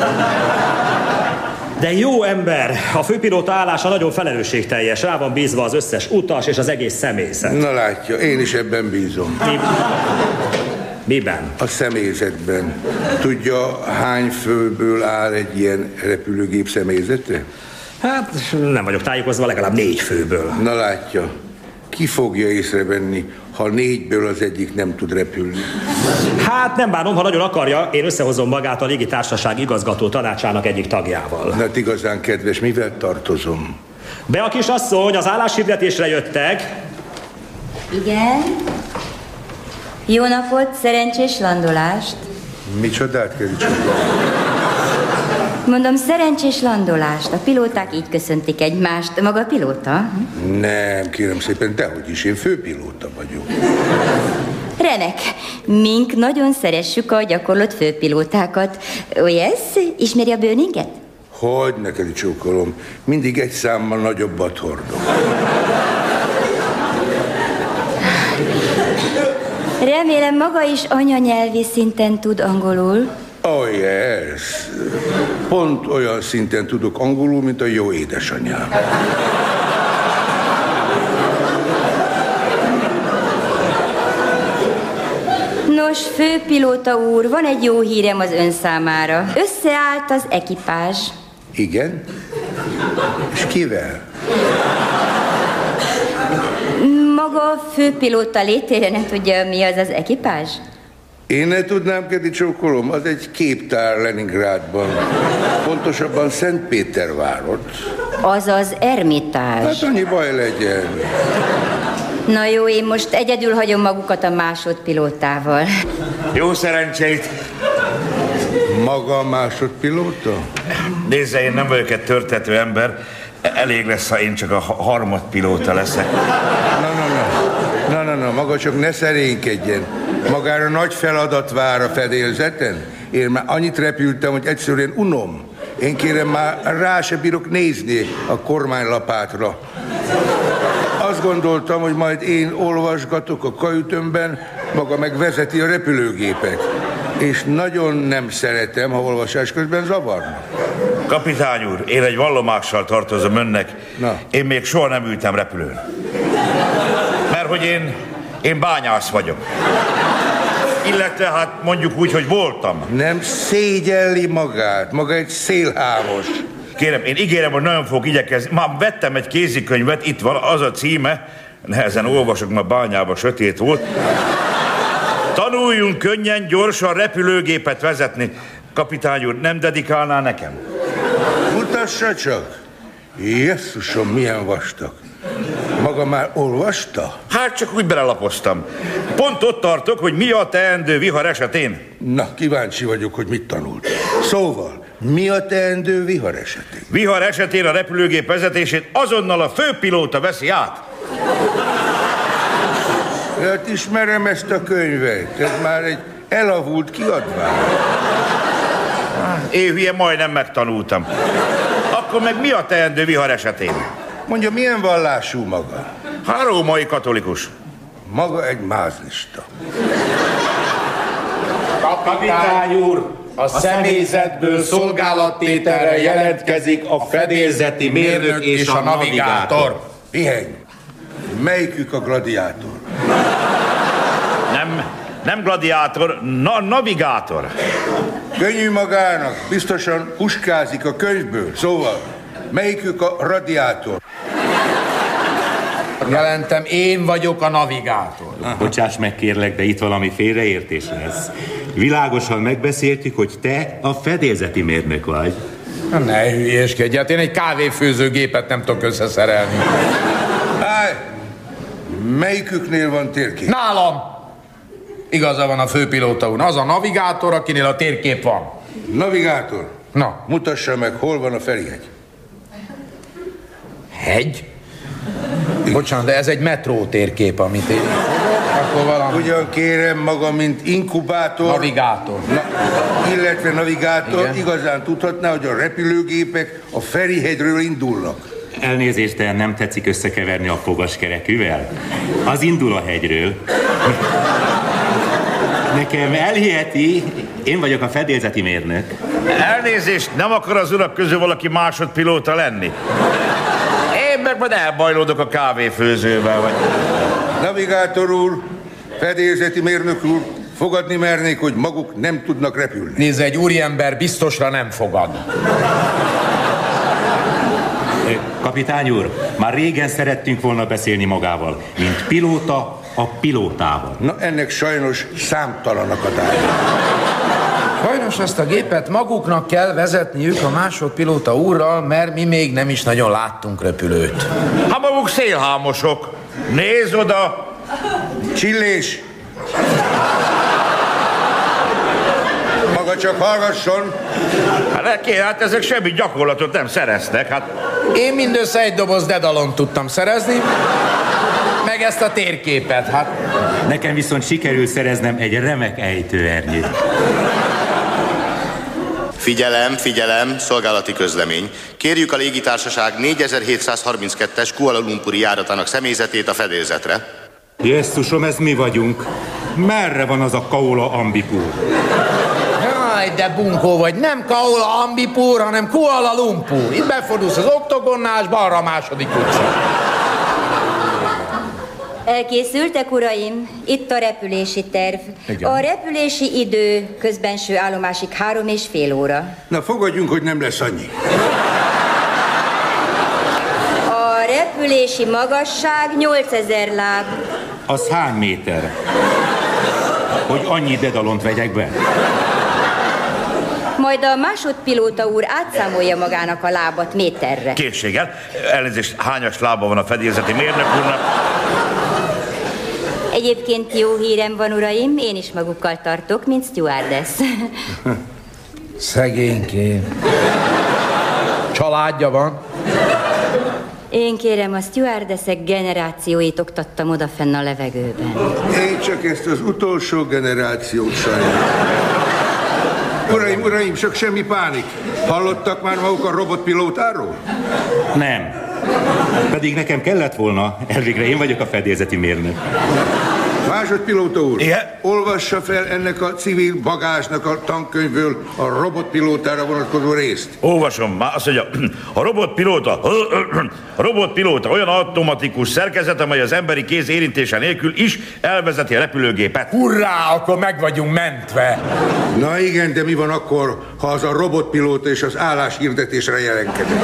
De jó ember, a főpilóta állása nagyon felelősségteljes, rá van bízva az összes utas és az egész személyzet. Na látja, én is ebben bízom. Mi... Miben? A személyzetben. Tudja, hány főből áll egy ilyen repülőgép személyzete? Hát nem vagyok tájékozva, legalább négy főből. Na látja, ki fogja észrevenni, ha négyből az egyik nem tud repülni? Hát nem bánom, ha nagyon akarja, én összehozom magát a légitársaság igazgató tanácsának egyik tagjával. Hát igazán kedves, mivel tartozom? Be a kisasszony, az álláshirdetésre jöttek. Igen? Jó napot, szerencsés landolást. Micsodát, Kericsó? Mondom, szerencsés landolást. A pilóták így köszöntik egymást. Maga a pilóta? Nem, kérem szépen, dehogy is, én főpilóta vagyok. Remek. Mink nagyon szeressük a gyakorlott főpilótákat. Oh yes? Ismeri a Böninget? Hogy neked csókolom, mindig egy számmal nagyobbat hordok. Remélem maga is anyanyelvi szinten tud angolul. Oh yes. Pont olyan szinten tudok angolul, mint a jó édesanyám. Nos, főpilóta úr, van egy jó hírem az ön számára. Összeállt az ekipázs. Igen? És kivel? Maga a főpilóta létére nem tudja, mi az az ekipázs? Én ne tudnám, Kedi csókolom, az egy képtár Leningrádban. Pontosabban Szentpétervárot. Az az Ermitázs. Hát annyi baj legyen. Na jó, én most egyedül hagyom magukat a másodpilótával. Jó szerencsét! Maga a másodpilóta? Nézze, én nem vagyok egy törtető ember. Elég lesz, ha én csak a harmadpilóta leszek. Na, na, na. Na, na, na, maga csak ne szerénykedjen. Magára nagy feladat vár a fedélzeten. Én már annyit repültem, hogy egyszerűen unom. Én kérem, már rá se bírok nézni a kormánylapátra. Azt gondoltam, hogy majd én olvasgatok a kajütömben, maga meg vezeti a repülőgépet. És nagyon nem szeretem, ha olvasás közben zavarnak. Kapitány úr, én egy vallomással tartozom önnek. Na. Én még soha nem ültem repülőn. Mert hogy én, én bányász vagyok. Illetve hát mondjuk úgy, hogy voltam. Nem szégyelli magát, maga egy szélhámos. Kérem, én ígérem, hogy nagyon fogok igyekezni. Már vettem egy kézikönyvet, itt van, az a címe. Nehezen olvasok, mert bányában sötét volt. Tanuljunk könnyen, gyorsan repülőgépet vezetni. Kapitány úr, nem dedikálná nekem? Mutassa csak! Jesszusom, milyen vastag. Maga már olvasta? Hát csak úgy belelapoztam. Pont ott tartok, hogy mi a teendő vihar esetén. Na, kíváncsi vagyok, hogy mit tanult. Szóval, mi a teendő vihar esetén? Vihar esetén a repülőgép vezetését azonnal a főpilóta veszi át. Hát ismerem ezt a könyvet. Ez már egy elavult kiadvány. Én hülye, majdnem megtanultam. Akkor meg mi a teendő vihar esetén? Mondja, milyen vallású maga? Hát római katolikus. Maga egy mázlista. Kapitány úr, a személyzetből szolgálattételre jelentkezik a fedélzeti mérnök és a navigátor. Pihenj! Melyikük a gladiátor? Nem, nem gladiátor, na, navigátor. Könnyű magának, biztosan puskázik a könyvből. Szóval, melyikük a radiátor? Jelentem, én vagyok a navigátor. Bocsáss meg kérlek, de itt valami félreértés lesz. Világosan megbeszéltük, hogy te a fedélzeti mérnök vagy. Ne hülyéskedj, hát én egy kávéfőzőgépet nem tudok összeszerelni. Állj! Melyiküknél van térkép? Nálam! Igaza van a főpilóta úr. Az a navigátor, akinél a térkép van. Navigátor? Na. Mutassa meg, hol van a Ferihegy. Hegy? Bocsánat, de ez egy metró térkép, amit én... Akkor valami... Ugyan kérem maga, mint inkubátor... Navigátor. Na, illetve navigátor, igen. Igazán tudhatná, hogy a repülőgépek a Ferihegyről indulnak. Elnézést, de nem tetszik összekeverni a fogaskerekűvel? Az indul a hegyről. Nekem elhiheti, én vagyok a fedélzeti mérnök. Elnézést, nem akar az urak közül valaki másodpilóta lenni? Én meg majd elbajlódok a kávéfőzővel, vagy... Navigátor úr, fedélzeti mérnök úr, fogadni mernék, hogy maguk nem tudnak repülni. Nézze, egy úriember biztosra nem fogad. Kapitány úr, már régen szerettünk volna beszélni magával, mint pilóta a pilótával. Na, ennek sajnos számtalan akadálya. Sajnos ezt a gépet maguknak kell vezetniük a másodpilóta úrral, mert mi még nem is nagyon láttunk repülőt. Ha maguk szélhámosok. Nézd oda! Csillés! Maga csak hallgasson. Hát neki, hát ezek semmi gyakorlatot nem szereztek, hát... Én mindössze egy doboz dedalont tudtam szerezni, meg ezt a térképet, hát... Nekem viszont sikerül szereznem egy remek ejtőernyőt. Figyelem, figyelem, szolgálati közlemény. Kérjük a légitársaság négyezer-hétszázharminckettes Kuala Lumpuri járatának személyzetét a fedélzetre. Jesszusom, ez mi vagyunk. Merre van az a Kaola Ambipur? Jaj, de bunkó vagy, nem Kaola Ambipur, hanem Kuala Lumpur. Itt befordulsz az Oktogonnál, és balra a második utca. Elkészültek, uraim? Itt a repülési terv. Igen. A repülési idő közbenső állomásig három és fél óra. Na, fogadjunk, hogy nem lesz annyi. A repülési magasság nyolcezer láb. Az hány méter? Hogy annyi dedalont vegyek be? Majd a másodpilóta úr átszámolja magának a lábat méterre. Készséggel. Elnézést, hányas lába van a fedélzeti mérnök úrnak? Egyébként jó hírem van, uraim, én is magukkal tartok, mint stewardess. Szegénykém. Családja van. Én kérem, a stewardessek generációit oktattam odafenn a levegőben. Én csak ezt az utolsó generációt sajnálom. Uraim, uraim, csak semmi pánik. Hallottak már maguk a robotpilótáról? Nem. Pedig nekem kellett volna. Elvégre én vagyok a fedélzeti mérnök. Másodpilóta úr, igen? Olvassa fel ennek a civil bagásnak a tankönyvből a robotpilótára vonatkozó részt. Olvasom, már azt mondja, a robotpilóta, a robotpilóta olyan automatikus szerkezet, amely az emberi kéz érintése nélkül is elvezeti a repülőgépet. Hurrá, akkor meg vagyunk mentve. Na igen, de mi van akkor, ha az a robotpilóta és az álláshirdetésre jelenkedik?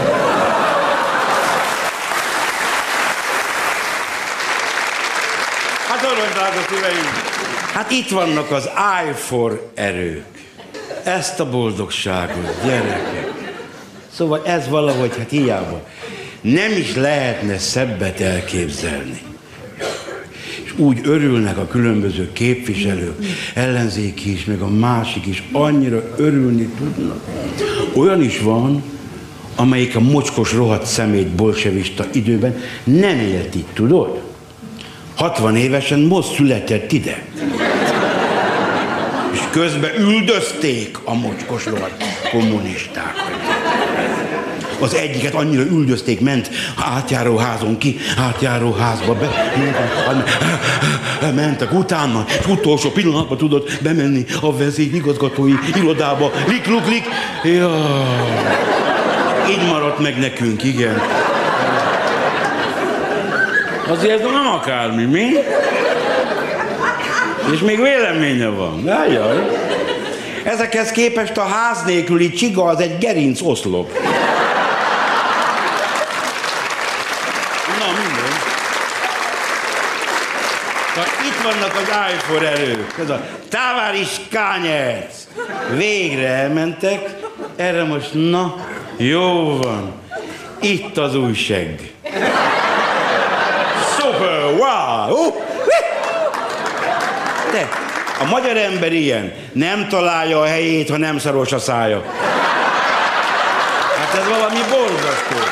Hát itt vannak az I for erők. Ezt a boldogságot, gyerekek. Szóval ez valahogy, hát hiába. Nem is lehetne szebbet elképzelni. És úgy örülnek a különböző képviselők, ellenzéki is, meg a másik is, annyira örülni tudnak. Olyan is van, amelyik a mocskos rohadt szemét bolsevista időben nem élt itt, tudod? hatvan évesen most született ide. És közben üldözték a mocskos rohadt kommunistákat. Az egyiket annyira üldözték, ment átjáróházon ki, átjáróházba be, mentek, mentek utána, és utolsó pillanatban tudott bemenni a vezérigazgatói irodába. Lik, luk, lik. Ja. Így maradt meg nekünk, igen. Azért ez nem akármi, mi? És még véleménye van. Jaj. Ezekhez képest a ház nélküli csiga az egy gerinc oszlop. Na, minden. Itt vannak az I for erők. Ez a Tavaris Kányec. Végre elmentek. Erre most, na, jó van. Itt az új segg. Wow! De a magyar ember ilyen, nem találja a helyét, ha nem szaros a szája. Hát ez valami borzasztó.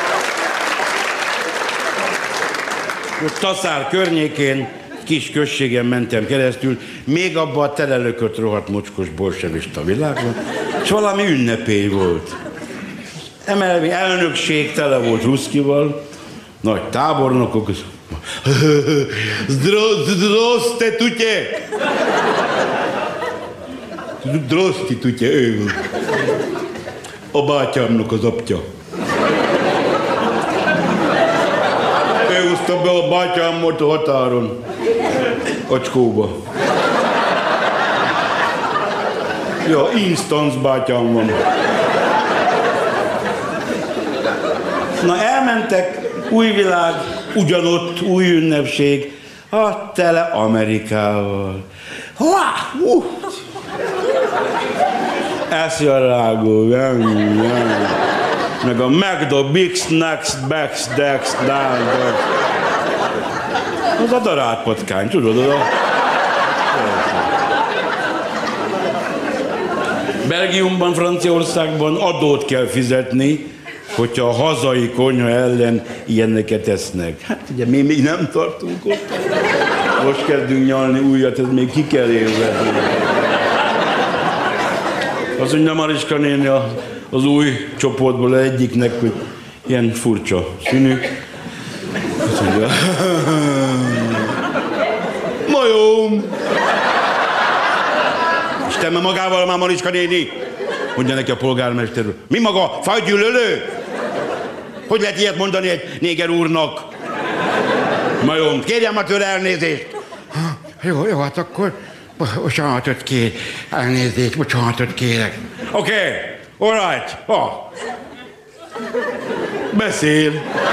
Most Taszár környékén, kis községen mentem keresztül, még abba a telelökött rohadt mocskos bolsevista világban, és valami ünnepély volt. Emelvi elnökség tele volt ruszkival, nagy tábornokok, Zdrosztetutye! Zdrosztetutye, ő volt. A bátyámnak az apja. Ő húzta be a bátyámot a határon. Acskóba. Ja, instanc bátyám van. Na, elmentek, új világ, ugyanott új ünnepség, a tele Amerikával. Há, uh. Eszi a rágó, meg a Magda, Bix, Next, Bex, Dex, Dál, az a darálpatkány, tudod, az a... Belgiumban, Franciaországban adót kell fizetni, hogyha a hazai konyha ellen ilyeneket esznek. Hát ugye mi még nem tartunk ott. Most kezdünk nyalni újat, ez még ki kell élvezni. Azt mondja Mariska néni az új csoportból egyiknek, hogy ilyen furcsa színű. Azt mondja, majom! És temme magával már Mariska néni, mondja neki a polgármester. Mi maga? Fajgyűlölő? Hogy lehet ilyet mondani egy néger úrnak? Majom, kérjem a tőle elnézést. Jó, jó, hát akkor bocsánatot kér. Elnézést, bocsánatot kérek. Oké, okay. All right. Oh. Beszél.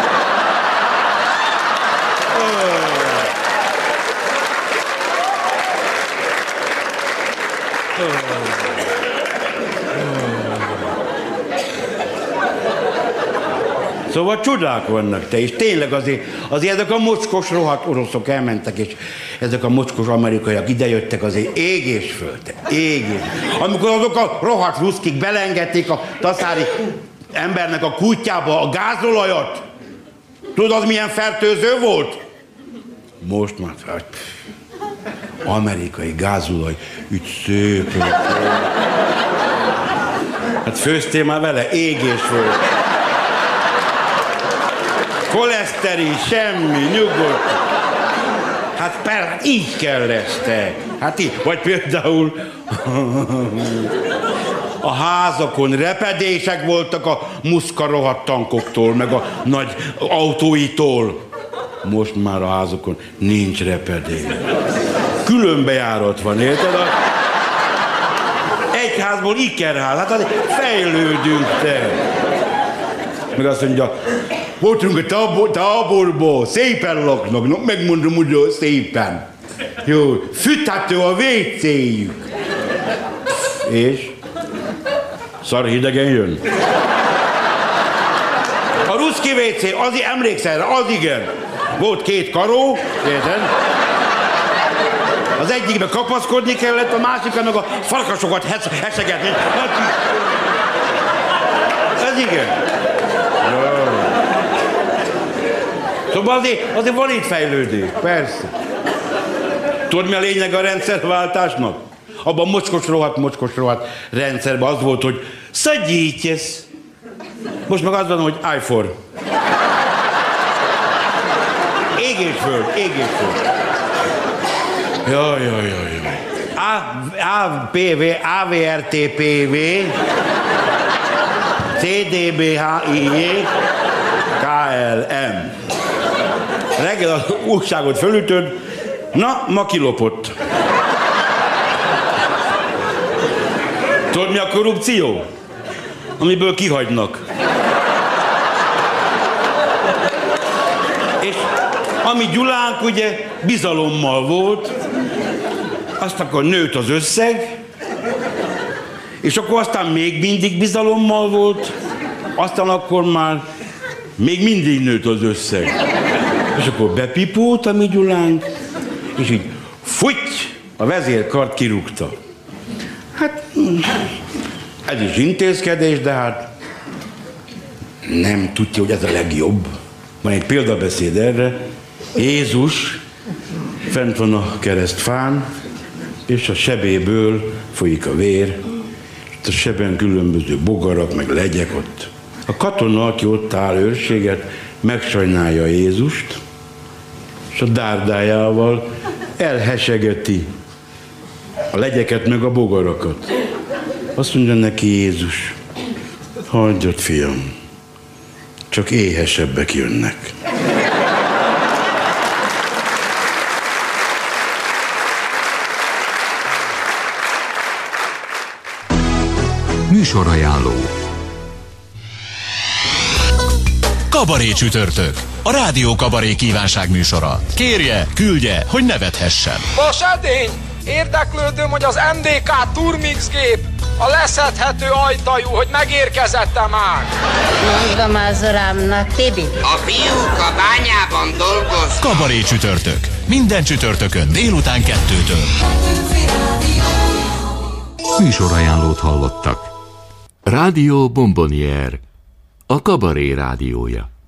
Szóval csodák vannak te, és tényleg azért, azért ezek a mocskos rohadt oroszok elmentek, és ezek a mocskos amerikaiak idejöttek, azért ég és föld, ég és. Amikor azok a rohadt ruszkik belengedték a taszári embernek a kutyába a gázolajat, tudod, az milyen fertőző volt? Most már, hát, amerikai gázolaj, úgy szép. Hát főztél már vele, ég és föld. Koleszterin, semmi, nyugodt. Hát persze, így kell lesz te. Hát így, vagy például a házakon repedések voltak a muszka rohadt tankoktól, meg a nagy autóitól. Most már a házakon nincs repedés. Különbejárat van, érted? Egy házból ikerház, hát azért fejlődünk te. Meg azt mondja, voltunk a tábor, táborba, szépen laknak, no, megmondom, ugye szépen. Jó, fűthető a vécéjük. És? Szar hidegen jön. A ruszki vécé, az, emlékszel, az igen. Volt két karó, érted? Az egyikbe kapaszkodni kellett, a másikra meg a farkasokat heszegetni. Ez igen. Szóval azért, azért van itt fejlődés, persze. Tudod, mi a lényeg a rendszerváltásnak? Abban a mocskos rohadt, mocskos rohadt rendszerben az volt, hogy szadjítjesz. Most meg az van, hogy I for. Ég és föld, ég és föld. Jaj, jaj, jaj, jaj. A P V, A V R T P V, C D B H I J, K L M. Reggel az újságot fölütöd, na, ma kilopott. Tudod, mi a korrupció? Amiből kihagynak. És ami Gyulánk ugye bizalommal volt, azt akkor nőtt az összeg, és akkor aztán még mindig bizalommal volt, aztán akkor már még mindig nőtt az összeg. És akkor bepipólt a mi Gyulánk, és így futy, a vezérkart kirúgta. Hát ez is intézkedés, de hát nem tudja, hogy ez a legjobb. Van egy példabeszéd erre. Jézus fent van a keresztfán, és a sebéből folyik a vér, és a seben különböző bogarak, meg legyek ott. A katona, aki ott áll őrséget, megsajnálja Jézust, és a dárdájával elhesegeti a legyeket, meg a bogarakat. Azt mondja neki Jézus, hagyjad, fiam, csak éhesebbek jönnek. Műsorajánló. Kabaré csütörtök. A Rádió Kabaré kívánság műsora. Kérje, küldje, hogy nevethessen. Vas edény! Érdeklődöm, hogy az M D K Turmix gép, a leszedhető ajtajú, hogy megérkezette már. Mondom az uramnak, Tibi. A fiúk a bányában dolgoznak. Kabaré csütörtök. Minden csütörtökön délután kettőtől. Műsorajánlót hallottak. Rádió Bombonier, a kabaré rádiója.